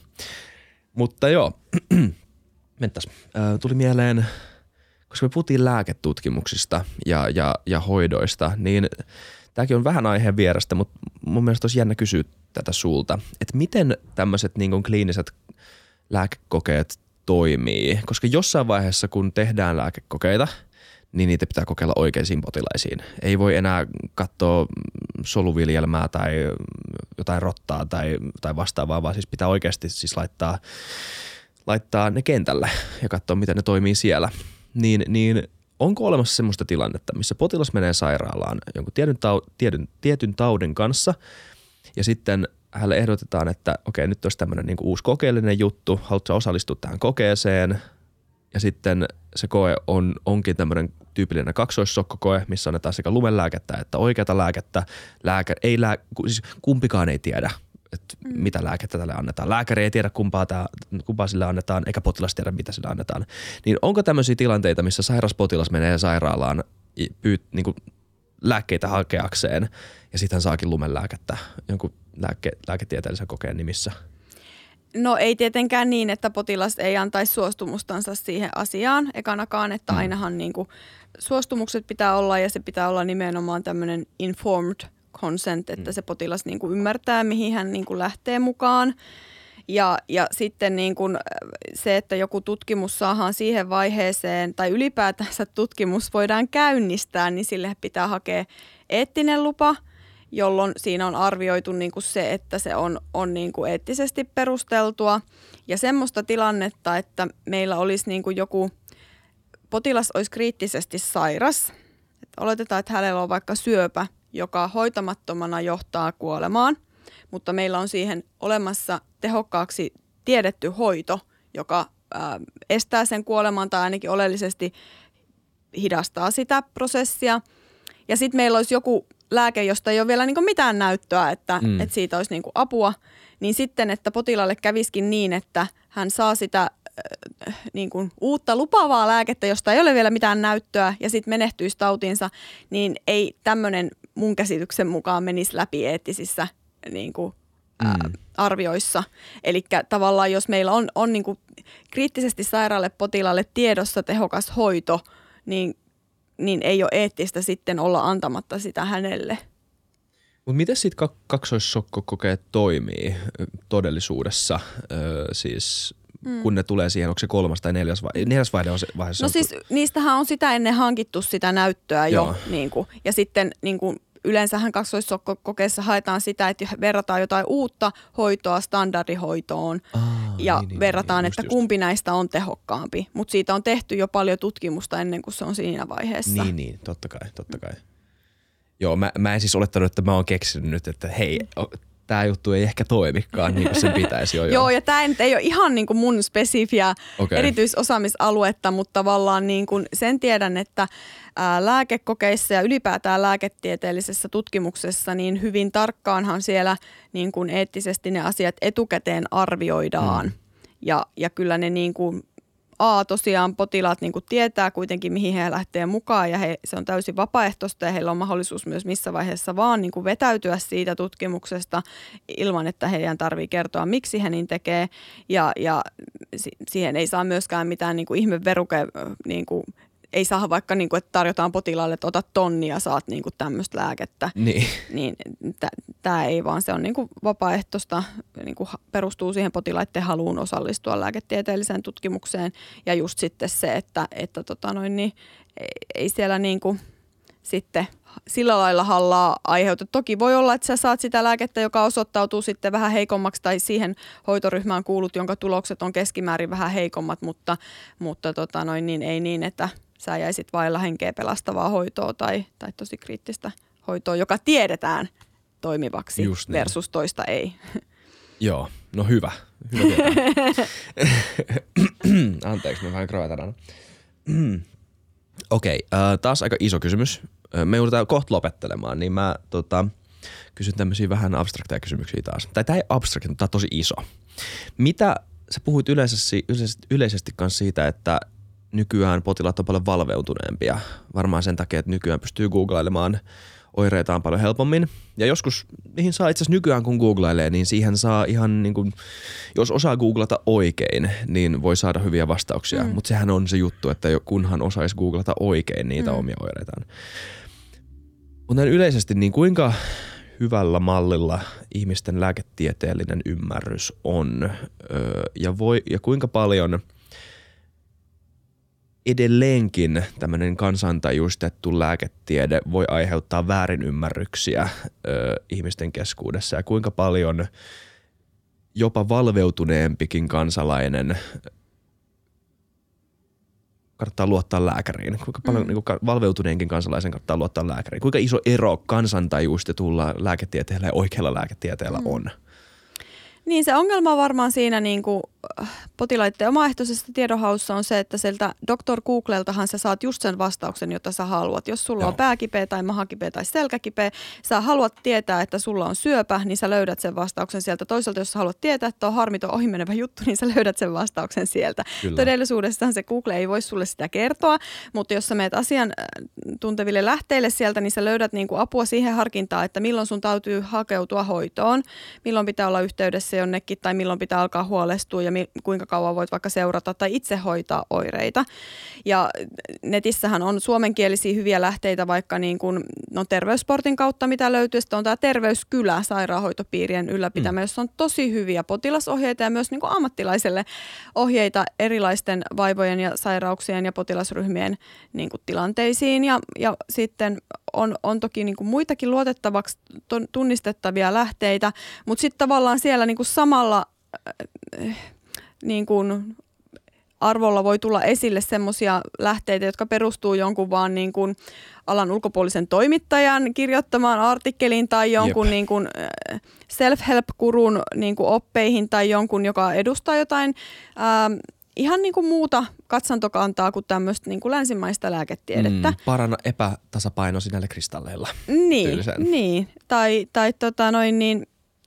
mutta joo. Mentäs. Ö, tuli mieleen, koska me puhuttiin lääketutkimuksista ja, ja, ja hoidoista, niin tämäkin on vähän aiheen vierestä, mutta mun mielestä olisi jännä kysyä tätä sulta. Että miten tämmöiset niin kuin kliiniset lääkekokeet toimii? Koska jossain vaiheessa, kun tehdään lääkekokeita, niin niitä pitää kokeilla oikeisiin potilaisiin. Ei voi enää katsoa soluviljelmää tai jotain rottaa tai, tai vastaavaa, vaan siis pitää oikeasti siis laittaa, laittaa ne kentälle ja katsoa, miten ne toimii siellä. Niin, niin onko olemassa semmoista tilannetta, missä potilas menee sairaalaan jonkun tietyn, tau, tietyn, tietyn taudin kanssa ja sitten hänelle ehdotetaan, että okei, nyt olisi tämmöinen niin kuin uusi kokeellinen juttu, haluatko osallistua tähän kokeeseen? Ja sitten se koe on, onkin tämmöinen tyypillinen kaksoissokkokoe, missä annetaan sekä lumenlääkettä että oikeata lääkettä. Lääkä, ei lää, siis kumpikaan ei tiedä, että mm. mitä lääkettä tälle annetaan. Lääkäri ei tiedä, kumpaa, tää, kumpaa sille annetaan, eikä potilas tiedä, mitä sille annetaan. Niin onko tämmöisiä tilanteita, missä sairas potilas menee sairaalaan pyyt, niin kuin lääkkeitä hakeakseen ja sitten hän saakin lumenlääkettä jonkun lääke, lääketieteellisen kokeen nimissä? No ei tietenkään niin, että potilas ei antaisi suostumustansa siihen asiaan ekanakaan, että mm. ainahan niin kuin suostumukset pitää olla ja se pitää olla nimenomaan tämmöinen informed consent, että mm. se potilas niin kuin ymmärtää, mihin hän niin kuin lähtee mukaan. Ja, ja sitten niin kuin se, että joku tutkimus saadaan siihen vaiheeseen tai ylipäätänsä tutkimus voidaan käynnistää, niin sille pitää hakea eettinen lupa, jolloin siinä on arvioitu niin kuin se, että se on, on niin kuin eettisesti perusteltua. Ja semmoista tilannetta, että meillä olisi niin kuin joku potilas olisi kriittisesti sairas. Että oletetaan, että hänellä on vaikka syöpä, joka hoitamattomana johtaa kuolemaan, mutta meillä on siihen olemassa tehokkaaksi tiedetty hoito, joka ää, estää sen kuoleman tai ainakin oleellisesti hidastaa sitä prosessia. Ja sitten meillä olisi joku lääke, josta ei ole vielä niinku mitään näyttöä, että, mm. että siitä olisi niinku apua, niin sitten, että potilaalle käviskin niin, että hän saa sitä äh, niinku uutta lupaavaa lääkettä, josta ei ole vielä mitään näyttöä ja sitten menehtyisi tautinsa, niin ei tämmöinen mun käsityksen mukaan menisi läpi eettisissä niinku, äh, mm. arvioissa. Eli tavallaan jos meillä on, on niinku kriittisesti sairaalle potilaalle tiedossa tehokas hoito, niin niin ei ole eettistä sitten olla antamatta sitä hänelle. Mutta miten sitten kaksoissokkokokeet toimii todellisuudessa, öö, siis mm. kun ne tulee siihen, onko se kolmas tai neljäs vai, neljäs vaihe on se vaiheessa? No siis niistähän on sitä ennen hankittu sitä näyttöä jo, niin kuin, ja sitten niin kuin, yleensähän kaksoissokkokokeessa haetaan sitä, että verrataan jotain uutta hoitoa standardihoitoon Aa, ja niin, verrataan, niin, just, että just. kumpi näistä on tehokkaampi. Mutta siitä on tehty jo paljon tutkimusta ennen kuin se on siinä vaiheessa. Niin, niin totta kai, totta kai. Joo, mä, mä en siis olettanut, että mä oon keksinyt nyt, että hei, tämä juttu ei ehkä toimikaan niin kuin sen pitäisi jo. Joo, ja tämä ei ole ihan niin kuin mun spesifiä okay. erityisosaamisaluetta, mutta tavallaan niin kuin sen tiedän, että ää, lääkekokeissa ja ylipäätään lääketieteellisessä tutkimuksessa niin hyvin tarkkaanhan siellä niin kuin eettisesti ne asiat etukäteen arvioidaan. Mm. Ja, ja kyllä ne niin kuin A, tosiaan potilaat niin kuin tietää kuitenkin, mihin he lähtee mukaan ja he, se on täysin vapaaehtoista ja heillä on mahdollisuus myös missä vaiheessa vaan niin kuin vetäytyä siitä tutkimuksesta ilman, että heidän tarvitsee kertoa, miksi he niin tekee ja, ja siihen ei saa myöskään mitään niin kuin ihmeveruke, niin kuin, ei saa vaikka, niin kuin, että tarjotaan potilaalle, että ota tonni ja saat niin kuin tämmöistä lääkettä. Niin. Niin tämä ei vaan, se on niin kuin vapaaehtoista, niin kuin perustuu siihen potilaiden haluun osallistua lääketieteelliseen tutkimukseen. Ja just sitten se, että, että tota noin, niin ei siellä niin kuin sitten sillä lailla hallaa aiheuta. Toki voi olla, että sä saat sitä lääkettä, joka osoittautuu sitten vähän heikommaksi tai siihen hoitoryhmään kuulut, jonka tulokset on keskimäärin vähän heikommat, mutta, mutta tota noin, niin ei niin, että sä jäisit vailla henkeä pelastavaa hoitoa tai, tai tosi kriittistä hoitoa, joka tiedetään toimivaksi niin. versus toista ei. Joo, no hyvä. hyvä Anteeksi, me vähän kroetaan. Okei, okay, äh, taas aika iso kysymys. Me joudutaan kohta lopettelemaan, niin mä tota, kysyn tämmöisiä vähän abstrakteja kysymyksiä taas. Tai tämä ei abstrakti, mutta tämä on tosi iso. Mitä sä puhuit yleisesti, yleisesti, yleisesti kanssa siitä, että nykyään potilaat on paljon valveutuneempia. Varmaan sen takia, että nykyään pystyy googlailemaan oireitaan paljon helpommin. Ja joskus niihin saa itse asiassa nykyään, kun googlailee, niin siihen saa ihan niin kuin, jos osaa googlata oikein, niin voi saada hyviä vastauksia. Mm. Mutta sehän on se juttu, että kunhan osaisi googlata oikein niitä mm. omia oireitaan. Mutta näin yleisesti, niin kuinka hyvällä mallilla ihmisten lääketieteellinen ymmärrys on öö, ja, voi, ja kuinka paljon edelleenkin tämmöinen kansantajuistettu lääketiede voi aiheuttaa väärinymmärryksiä ö, ihmisten keskuudessa ja kuinka paljon jopa valveutuneempikin kansalainen kannattaa luottaa lääkäriin. Kuinka paljon mm. niin kuin valveutuneenkin kansalaisen kannattaa luottaa lääkäriin. Kuinka iso ero kansantajuistetulla lääketieteellä ja oikealla lääketieteellä mm. on? Niin se ongelma on varmaan siinä niin kuin potilaiden omaehtoisessa tiedonhaussa on se, että sieltä doktor Googleltahan sä saat just sen vastauksen, jota sä haluat. Jos sulla Joo. on pääkipeä tai mahakipeä tai selkäkipeä, sä haluat tietää, että sulla on syöpä, niin sä löydät sen vastauksen sieltä. Toisaalta jos sä haluat tietää, että on harmiton ohimenevä juttu, niin sä löydät sen vastauksen sieltä. Kyllä. Todellisuudessahan se Google ei voi sulle sitä kertoa, mutta jos sä meet asian tunteville lähteille sieltä, niin sä löydät niin kuin apua siihen harkintaan, että milloin sun täytyy hakeutua hoitoon, milloin pitää olla yhteydessä jonnekin tai milloin pitää alkaa huolestua ja mi- kuinka kauan voit vaikka seurata tai itse hoitaa oireita. Ja netissähän on suomenkielisiä hyviä lähteitä vaikka niin kuin, no Terveysportin kautta, mitä löytyy. Sitten on tämä Terveyskylä sairaanhoitopiirien ylläpitämä, mm. jossa on tosi hyviä potilasohjeita ja myös niin kuin ammattilaiselle ohjeita erilaisten vaivojen ja sairauksien ja potilasryhmien niin kuin tilanteisiin. Ja, ja sitten on, on toki niin kuin muitakin luotettavaksi tunnistettavia lähteitä, mutta sitten tavallaan siellä niin kuin samalla äh, niin kuin arvolla voi tulla esille semmoisia lähteitä, jotka perustuu jonkun vaan niin kuin alan ulkopuolisen toimittajan kirjoittamaan artikkeliin tai jonkun niin kuin self-help-kurun niin kuin oppeihin tai jonkun, joka edustaa jotain ää, ihan niin kuin muuta katsantokantaa kuin tämmöistä niin kuin länsimaista lääketiedettä. Mm, paranna epätasapainosi näillä kristalleilla. Niin, niin. Tai, tai tota noin niin,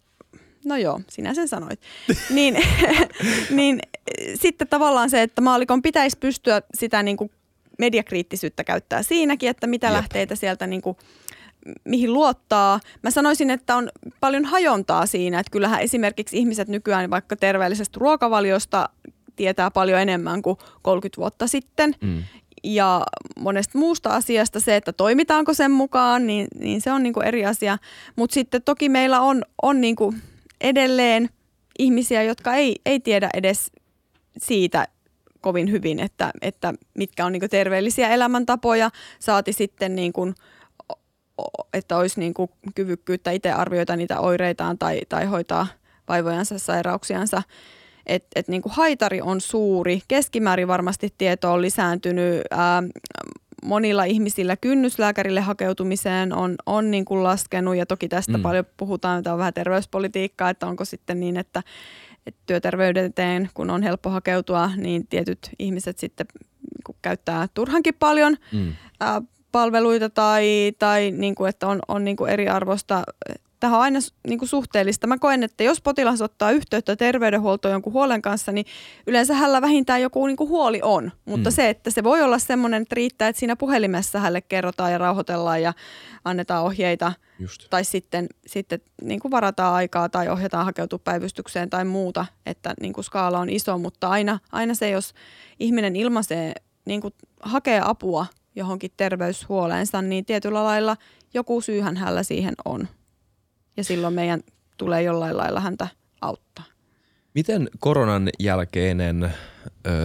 no joo, sinä sen sanoit. niin, niin sitten tavallaan se, että maallikon pitäisi pystyä sitä niin kuin mediakriittisyyttä käyttää siinäkin, että mitä Jep. lähteitä sieltä niin kuin, mihin luottaa. Mä sanoisin, että on paljon hajontaa siinä, että kyllähän esimerkiksi ihmiset nykyään vaikka terveellisestä ruokavaliosta tietää paljon enemmän kuin kolmekymmentä vuotta sitten. Mm. Ja monesta muusta asiasta se, että toimitaanko sen mukaan, niin, niin se on niin kuin eri asia. Mutta sitten toki meillä on, on niin kuin edelleen ihmisiä, jotka ei, ei tiedä edes siitä kovin hyvin, että, että mitkä on niin kuin terveellisiä elämäntapoja, saati sitten niin kuin, että olisi niin kuin kyvykkyyttä itse arvioida niitä oireitaan tai, tai hoitaa vaivojansa, sairauksiansa. Että et niin kuin haitari on suuri. Keskimäärin varmasti tieto on lisääntynyt. Ää, monilla ihmisillä kynnys lääkärille hakeutumiseen on, on niin kuin laskenut ja toki tästä mm. paljon puhutaan, tämä on vähän terveyspolitiikkaa, että onko sitten niin, että, että työterveyteen, kun on helppo hakeutua, niin tietyt ihmiset sitten niin kuin käyttää turhankin paljon mm. ää, palveluita tai, tai niin kuin, että on, on niin kuin eriarvoista. Tämä on aina niin kuin suhteellista. Mä koen, että jos potilas ottaa yhteyttä terveydenhuoltoon jonkun huolen kanssa, niin yleensä hänellä vähintään joku niin kuin huoli on. Mutta mm. se, että se voi olla semmoinen, että riittää, että siinä puhelimessa hänelle kerrotaan ja rauhoitellaan ja annetaan ohjeita. Just. Tai sitten, sitten niin kuin varataan aikaa tai ohjataan hakeutua päivystykseen tai muuta, että niin kuin skaala on iso. Mutta aina, aina se, jos ihminen ilmaisee, niin kuin hakee apua johonkin terveyshuoleensa, niin tietyllä lailla joku syyhän hänellä siihen on. Ja silloin meidän tulee jollain lailla häntä auttaa. Miten koronan jälkeinen ö,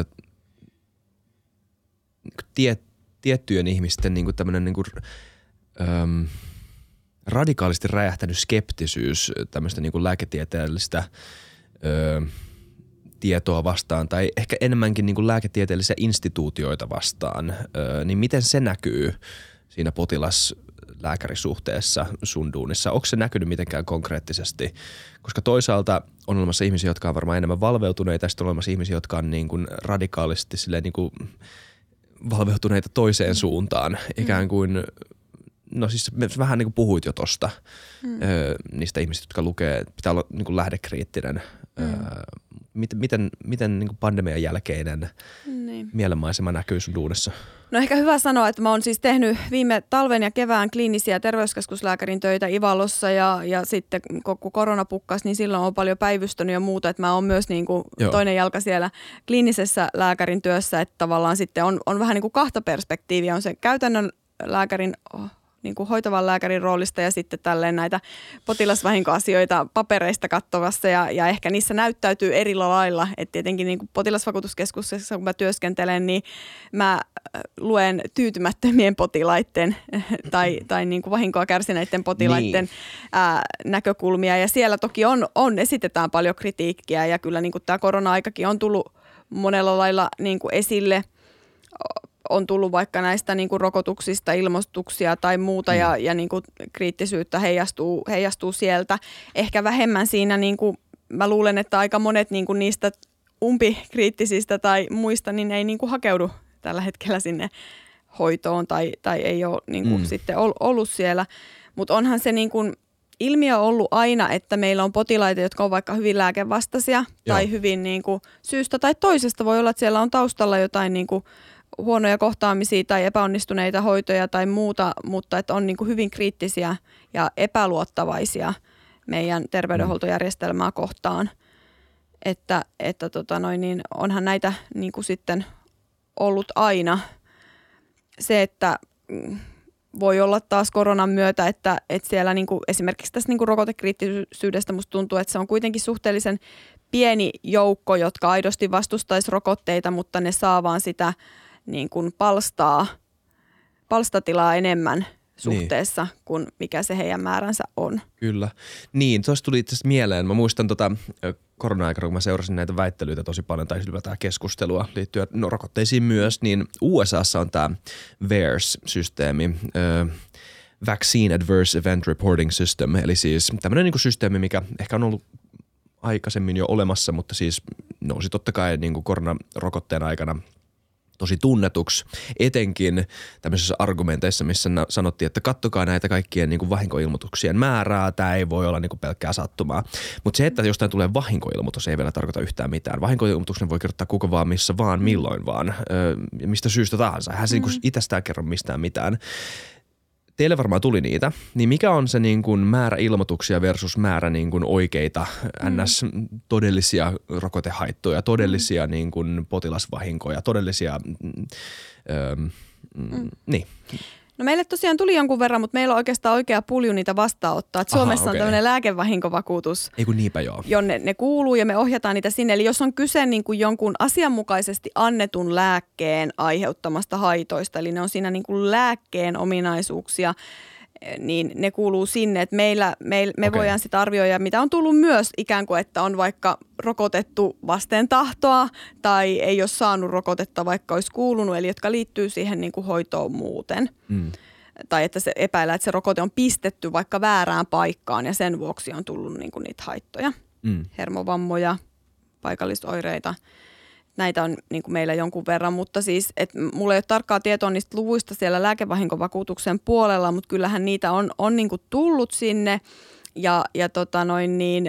tie, tiettyjen ihmisten niin kuin tämmöinen niin kuin, ö, radikaalisti räjähtänyt skeptisyys tämmöistä niin kuin lääketieteellistä ö, tietoa vastaan tai ehkä enemmänkin niin kuin lääketieteellisiä instituutioita vastaan, ö, niin miten se näkyy siinä potilas lääkärisuhteessa sun duunissa? Onko se näkynyt mitenkään konkreettisesti? Koska toisaalta on olemassa ihmisiä, jotka on varmaan enemmän valveutuneita, ja sitten on olemassa ihmisiä, jotka on niin kuin radikaalisti silleen niin kuin valveutuneita toiseen suuntaan. Ikään kuin no siis vähän niin kuin puhuit jo tosta, mm. öö, niistä ihmisistä, jotka lukee, pitää olla niin kuin lähdekriittinen. Mm. Öö, miten miten, miten niin kuin pandemian jälkeinen niin. mielenmaisema näkyy sun duunissa? No ehkä hyvä sanoa, että mä oon siis tehnyt viime talven ja kevään kliinisiä terveyskeskuslääkärin töitä Ivalossa ja, ja sitten kun korona pukkasi, niin silloin on paljon päivystänyt ja muuta, että mä oon myös niin kuin toinen jalka siellä kliinisessä lääkärin työssä, että tavallaan sitten on, on vähän niin kuin kahta perspektiiviä, on se käytännön lääkärin niin kuin hoitavan lääkärin roolista ja sitten tälleen näitä potilasvahinkoasioita papereista katsovassa ja, ja ehkä niissä näyttäytyy eri lailla. Et tietenkin niin kuin potilasvakuutuskeskuksessa, kun mä työskentelen, niin mä luen tyytymättömien potilaiden tai, tai niin kuin vahinkoa kärsineiden potilaiden niin. ää, näkökulmia ja siellä toki on, on esitetään paljon kritiikkiä ja kyllä niin kuin tämä korona-aikakin on tullut monella lailla niin kuin esille. On tullut vaikka näistä niin kuin rokotuksista ilmoituksia tai muuta mm. ja, ja niin kuin kriittisyyttä heijastuu, heijastuu sieltä. Ehkä vähemmän siinä, niin kuin, mä luulen, että aika monet niin kuin niistä umpikriittisistä tai muista niin ei niin kuin hakeudu tällä hetkellä sinne hoitoon tai, tai ei ole niin kuin mm. sitten ollut siellä. Mutta onhan se niin kuin ilmiö ollut aina, että meillä on potilaita, jotka on vaikka hyvin lääkevastaisia Joo. tai hyvin niin kuin syystä tai toisesta. Voi olla, että siellä on taustalla jotain niin kuin huonoja kohtaamisia tai epäonnistuneita hoitoja tai muuta, mutta että on niin kuin hyvin kriittisiä ja epäluottavaisia meidän terveydenhuoltojärjestelmää kohtaan. Että, että tota noin, niin onhan näitä niin kuin sitten ollut aina. Se, että voi olla taas koronan myötä, että, että siellä niin kuin esimerkiksi tässä niin kuin rokotekriittisyydestä musta tuntuu, että se on kuitenkin suhteellisen pieni joukko, jotka aidosti vastustaisi rokotteita, mutta ne saa vaan sitä niin kuin palstaa, palstatilaa enemmän suhteessa niin. kuin mikä se heidän määränsä on. Kyllä. Niin, tuossa tuli itse asiassa mieleen. Mä muistan tota, korona-aikana, kun mä seurasin näitä väittelyitä tosi paljon, tai ylipäätään keskustelua liittyen no, rokotteisiin myös, niin U S A:ssa on tämä V A E R S-systeemi, ö, Vaccine Adverse Event Reporting System, eli siis tämmöinen niin kuin systeemi, mikä ehkä on ollut aikaisemmin jo olemassa, mutta siis nousi totta kai niin kuin koronarokotteen aikana tosi tunnetuksi, etenkin tämmöisissä argumenteissa, missä sanottiin, että kattokaa näitä kaikkien niin kuin vahinkoilmoituksien määrää, tämä ei voi olla niin kuin pelkkää sattumaa. Mutta se, että jostain tulee vahinkoilmoitus, ei vielä tarkoita yhtään mitään. Vahinkoilmoituksen voi kirjoittaa kuka vaan, missä vaan, milloin vaan, öö, mistä syystä tahansa. Eihän se mm. niin itsestään kerro mistään mitään. Teille varmaan tuli niitä, niin mikä on se niin kuin määrä ilmoituksia versus määrä niin kuin oikeita mm. ns. Todellisia rokotehaittoja, todellisia mm. niin kuin potilasvahinkoja, todellisia, öö, mm. niin. No meille tosiaan tuli jonkun verran, mutta meillä on oikeastaan oikea pulju niitä vastaanottaa. Et Suomessa Aha, okay. on tämmöinen lääkevahinkovakuutus, Ei kun niinpä joo. jonne ne kuuluu ja me ohjataan niitä sinne. Eli jos on kyse niin kuin jonkun asianmukaisesti annetun lääkkeen aiheuttamasta haitoista, eli ne on siinä niin kuin lääkkeen ominaisuuksia, niin ne kuuluu sinne. Et meillä, me, me okay. voidaan sitä arvioida, mitä on tullut myös ikään kuin, että on vaikka rokotettu vasten tahtoa tai ei ole saanut rokotetta, vaikka olisi kuulunut, eli jotka liittyy siihen niin kuin hoitoon muuten. Mm. Tai että se epäillä, että se rokote on pistetty vaikka väärään paikkaan ja sen vuoksi on tullut niin kuin niitä haittoja. Mm. Hermovammoja, paikallisoireita. Näitä on niin kuin meillä jonkun verran, mutta siis, että mulla ei ole tarkkaa tietoa niistä luvuista siellä lääkevahinkovakuutuksen puolella, mutta kyllähän niitä on, on niin kuin tullut sinne ja, ja tota noin niin,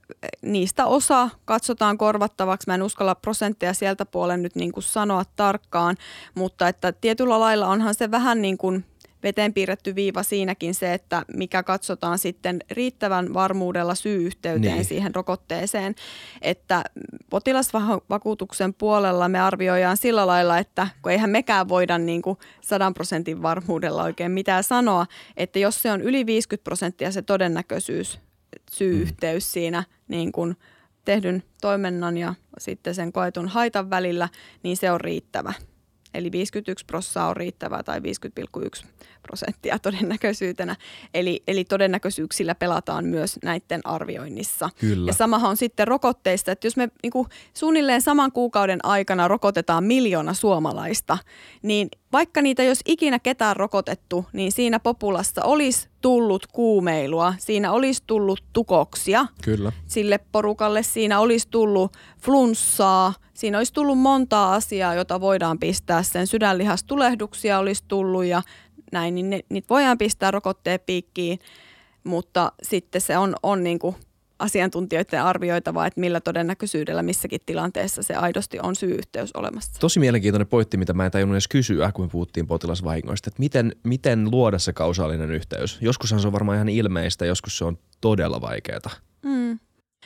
niistä osa katsotaan korvattavaksi. Mä en uskalla prosentteja sieltä puolen nyt niin kuin sanoa tarkkaan, mutta että tietyllä lailla onhan se vähän niin kuin veteen piirretty viiva siinäkin se, että mikä katsotaan sitten riittävän varmuudella syy-yhteyteen niin. siihen rokotteeseen. Että potilasvakuutuksen puolella me arvioidaan sillä lailla, että kun eihän mekään voida niin kuin sadan prosentin varmuudella oikein mitään sanoa, että jos se on yli viisikymmentä prosenttia se todennäköisyys, syy-yhteys mm. siinä niin kuin tehdyn toiminnan ja sitten sen koetun haitan välillä, niin se on riittävä. Eli viisikymmentäyksi prosenttia on riittävää tai viisikymmentä pilkku yksi prosenttia todennäköisyytenä. Eli, eli todennäköisyyksillä pelataan myös näiden arvioinnissa. Kyllä. Ja samahan on sitten rokotteista, että jos me niin kuin suunnilleen saman kuukauden aikana rokotetaan miljoona suomalaista, niin vaikka niitä ei olisi ikinä ketään rokotettu, niin siinä populassa olisi tullut kuumeilua, siinä olisi tullut tukoksia Kyllä. sille porukalle, siinä olisi tullut flunssaa, siinä olisi tullut montaa asiaa, jota voidaan pistää, sen sydänlihastulehduksia olisi tullut ja näin, niin ne, niitä voidaan pistää rokotteen piikkiin, mutta sitten se on, on niin kuin asiantuntijoiden arvioitava, että millä todennäköisyydellä missäkin tilanteessa se aidosti on syy-yhteys olemassa. Tosi mielenkiintoinen pointti, mitä mä en tajunnut edes kysyä, kun me puhuttiin potilasvahingoista, että miten, miten luoda se kausaalinen yhteys. Joskushan se on varmaan ihan ilmeistä, joskus se on todella vaikeaa. Mm.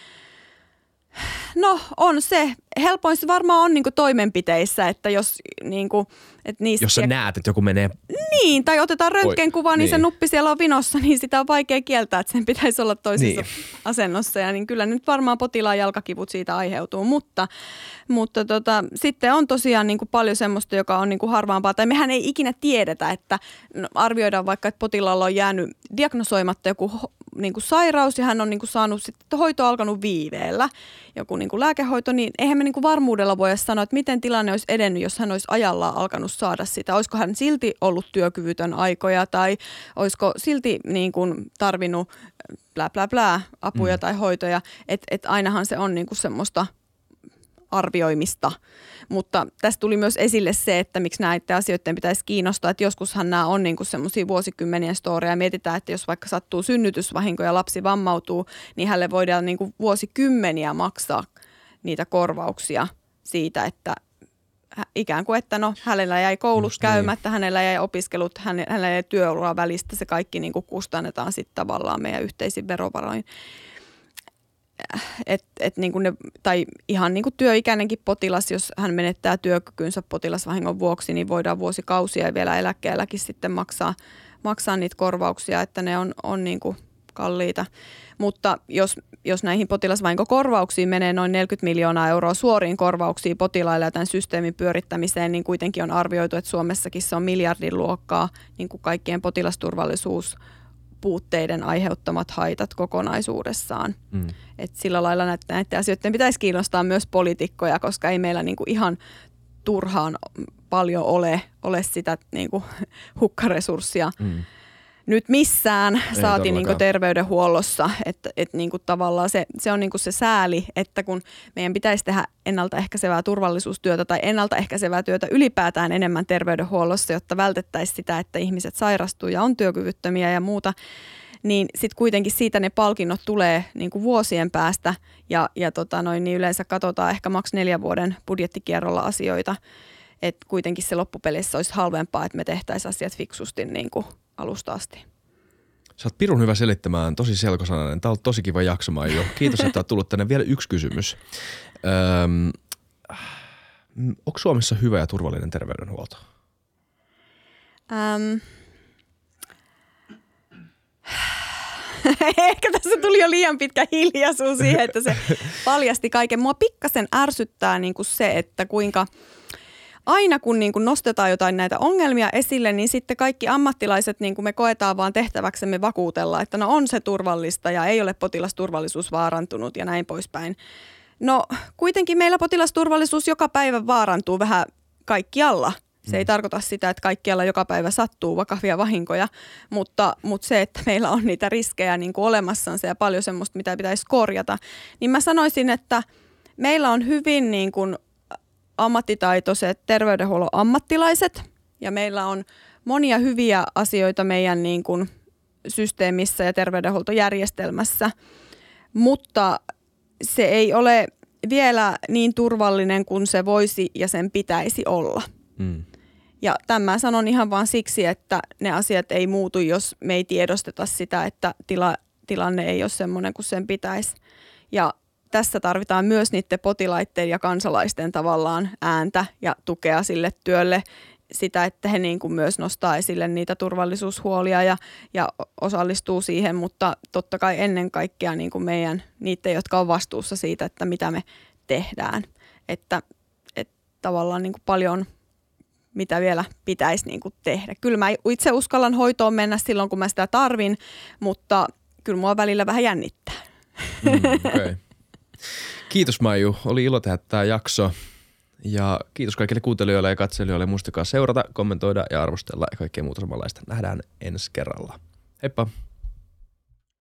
No on se. Helpoin se varmaan on niinku toimenpiteissä, että jos niinku, et niistä... Jos sä näet, että joku menee... Niin, tai otetaan röntgenkuva, niin, niin se nuppi siellä on vinossa, niin sitä on vaikea kieltää, että sen pitäisi olla toisessa niin. asennossa. Ja niin kyllä nyt varmaan potilaan jalkakivut siitä aiheutuu, mutta, mutta tota, sitten on tosiaan niinku paljon semmoista, joka on niinku harvaampaa. Tai mehän ei ikinä tiedetä, että no, arvioidaan vaikka, että potilaalla on jäänyt diagnosoimatta joku niinku sairaus ja hän on niinku saanut sitten hoito alkanut viiveellä, joku niinku lääkehoito, niin eihän me niinku varmuudella voida sanoa, että miten tilanne olisi edennyt, jos hän olisi ajallaan alkanut saada sitä. Olisiko hän silti ollut työkyvytön aikoja tai olisiko silti niin kuin tarvinnut blää blää blää apuja mm. tai hoitoja. Että et ainahan se on niin kuin semmoista arvioimista. Mutta tässä tuli myös esille se, että miksi näiden asioiden pitäisi kiinnostaa. Että joskushan nämä on niin kuin semmoisia vuosikymmenien storia. Mietitään, että jos vaikka sattuu synnytysvahinko ja lapsi vammautuu, niin hänelle voidaan niin kuin vuosikymmeniä maksaa niitä korvauksia siitä, että ikään kuin, että no hänellä jäi koulut Just käymättä, niin. hänellä jäi opiskelut, hänellä jäi työuraa välistä, se kaikki niin kuin kustannetaan sitten tavallaan meidän yhteisin verovaroin. Et, et niin kuin ne, tai ihan niin kuin työikäinenkin potilas, jos hän menettää työkykynsä potilasvahingon vuoksi, niin voidaan vuosikausia ja vielä eläkkeelläkin sitten maksaa, maksaa niitä korvauksia, että ne on, on niin kuin kalliita. Mutta jos, jos näihin potilasvahinkokorvauksiin menee noin neljäkymmentä miljoonaa euroa suoriin korvauksiin potilaille ja tämän systeemin pyörittämiseen, niin kuitenkin on arvioitu, että Suomessakin se on miljardin luokkaa niin kuin kaikkien potilasturvallisuuspuutteiden aiheuttamat haitat kokonaisuudessaan. Mm. Et sillä lailla näiden asioiden pitäisi kiinnostaa myös poliitikkoja, koska ei meillä niin kuin ihan turhaan paljon ole, ole sitä niin kuin hukkaresurssia. Mm. Nyt missään saati niinku terveydenhuollossa, että et niinku tavallaan se, se on niinku se sääli, että kun meidän pitäisi tehdä ennaltaehkäisevää turvallisuustyötä tai ennaltaehkäisevää työtä ylipäätään enemmän terveydenhuollossa, jotta vältettäisiin sitä, että ihmiset sairastuu ja on työkyvyttömiä ja muuta, niin sitten kuitenkin siitä ne palkinnot tulee niinku vuosien päästä ja, ja tota noin, niin yleensä katsotaan ehkä maks neljän vuoden budjettikierrolla asioita, että kuitenkin se loppupelissä olisi halvempaa, että me tehtäisiin asiat fiksusti niin kuin alusta asti. Sä oot pirun hyvä selittämään, tosi selkosanainen. Tää on tosi kiva jakso, Maiju. Kiitos, että oot tullut tänne. Vielä yksi kysymys. Öm, onko Suomessa hyvä ja turvallinen terveydenhuolto? Ähm. Ehkä tässä tuli jo liian pitkä hiljaisuus siihen, että se paljasti kaiken. Mua pikkasen ärsyttää niin kuin se, että kuinka aina kun niin kuin nostetaan jotain näitä ongelmia esille, niin sitten kaikki ammattilaiset niin kuin me koetaan vaan tehtäväksemme vakuutella, että no on se turvallista ja ei ole potilasturvallisuus vaarantunut ja näin poispäin. No kuitenkin meillä potilasturvallisuus joka päivä vaarantuu vähän kaikkialla. Se ei tarkoita sitä, että kaikkialla joka päivä sattuu vakavia vahinkoja, mutta, mutta se, että meillä on niitä riskejä niin kuin olemassansa ja paljon semmoista, mitä pitäisi korjata, niin mä sanoisin, että meillä on hyvin niin kuin ammattitaitoiset terveydenhuollon ammattilaiset ja meillä on monia hyviä asioita meidän niin kuin systeemissä ja terveydenhuoltojärjestelmässä, mutta se ei ole vielä niin turvallinen kuin se voisi ja sen pitäisi olla. Mm. Ja tämän sanon ihan vaan siksi, että ne asiat ei muutu, jos me ei tiedosteta sitä, että tila, tilanne ei ole semmoinen kuin sen pitäisi. Ja tässä tarvitaan myös niiden potilaiden ja kansalaisten tavallaan ääntä ja tukea sille työlle, sitä, että he niin kuin myös nostaa esille niitä turvallisuushuolia ja, ja osallistuu siihen, mutta totta kai ennen kaikkea niin kuin meidän, niiden, jotka on vastuussa siitä, että mitä me tehdään. Että, että tavallaan niin kuin paljon, mitä vielä pitäisi niin kuin tehdä. Kyllä mä itse uskallan hoitoon mennä silloin, kun mä sitä tarvin, mutta kyllä mua välillä vähän jännittää. Mm, okay. Kiitos Maiju, oli ilo tehdä tämä jakso ja kiitos kaikille kuuntelijoille ja katselijoille. Muistakaa seurata, kommentoida ja arvostella ja kaikkea muuta samanlaista. Nähdään ensi kerralla. Heippa!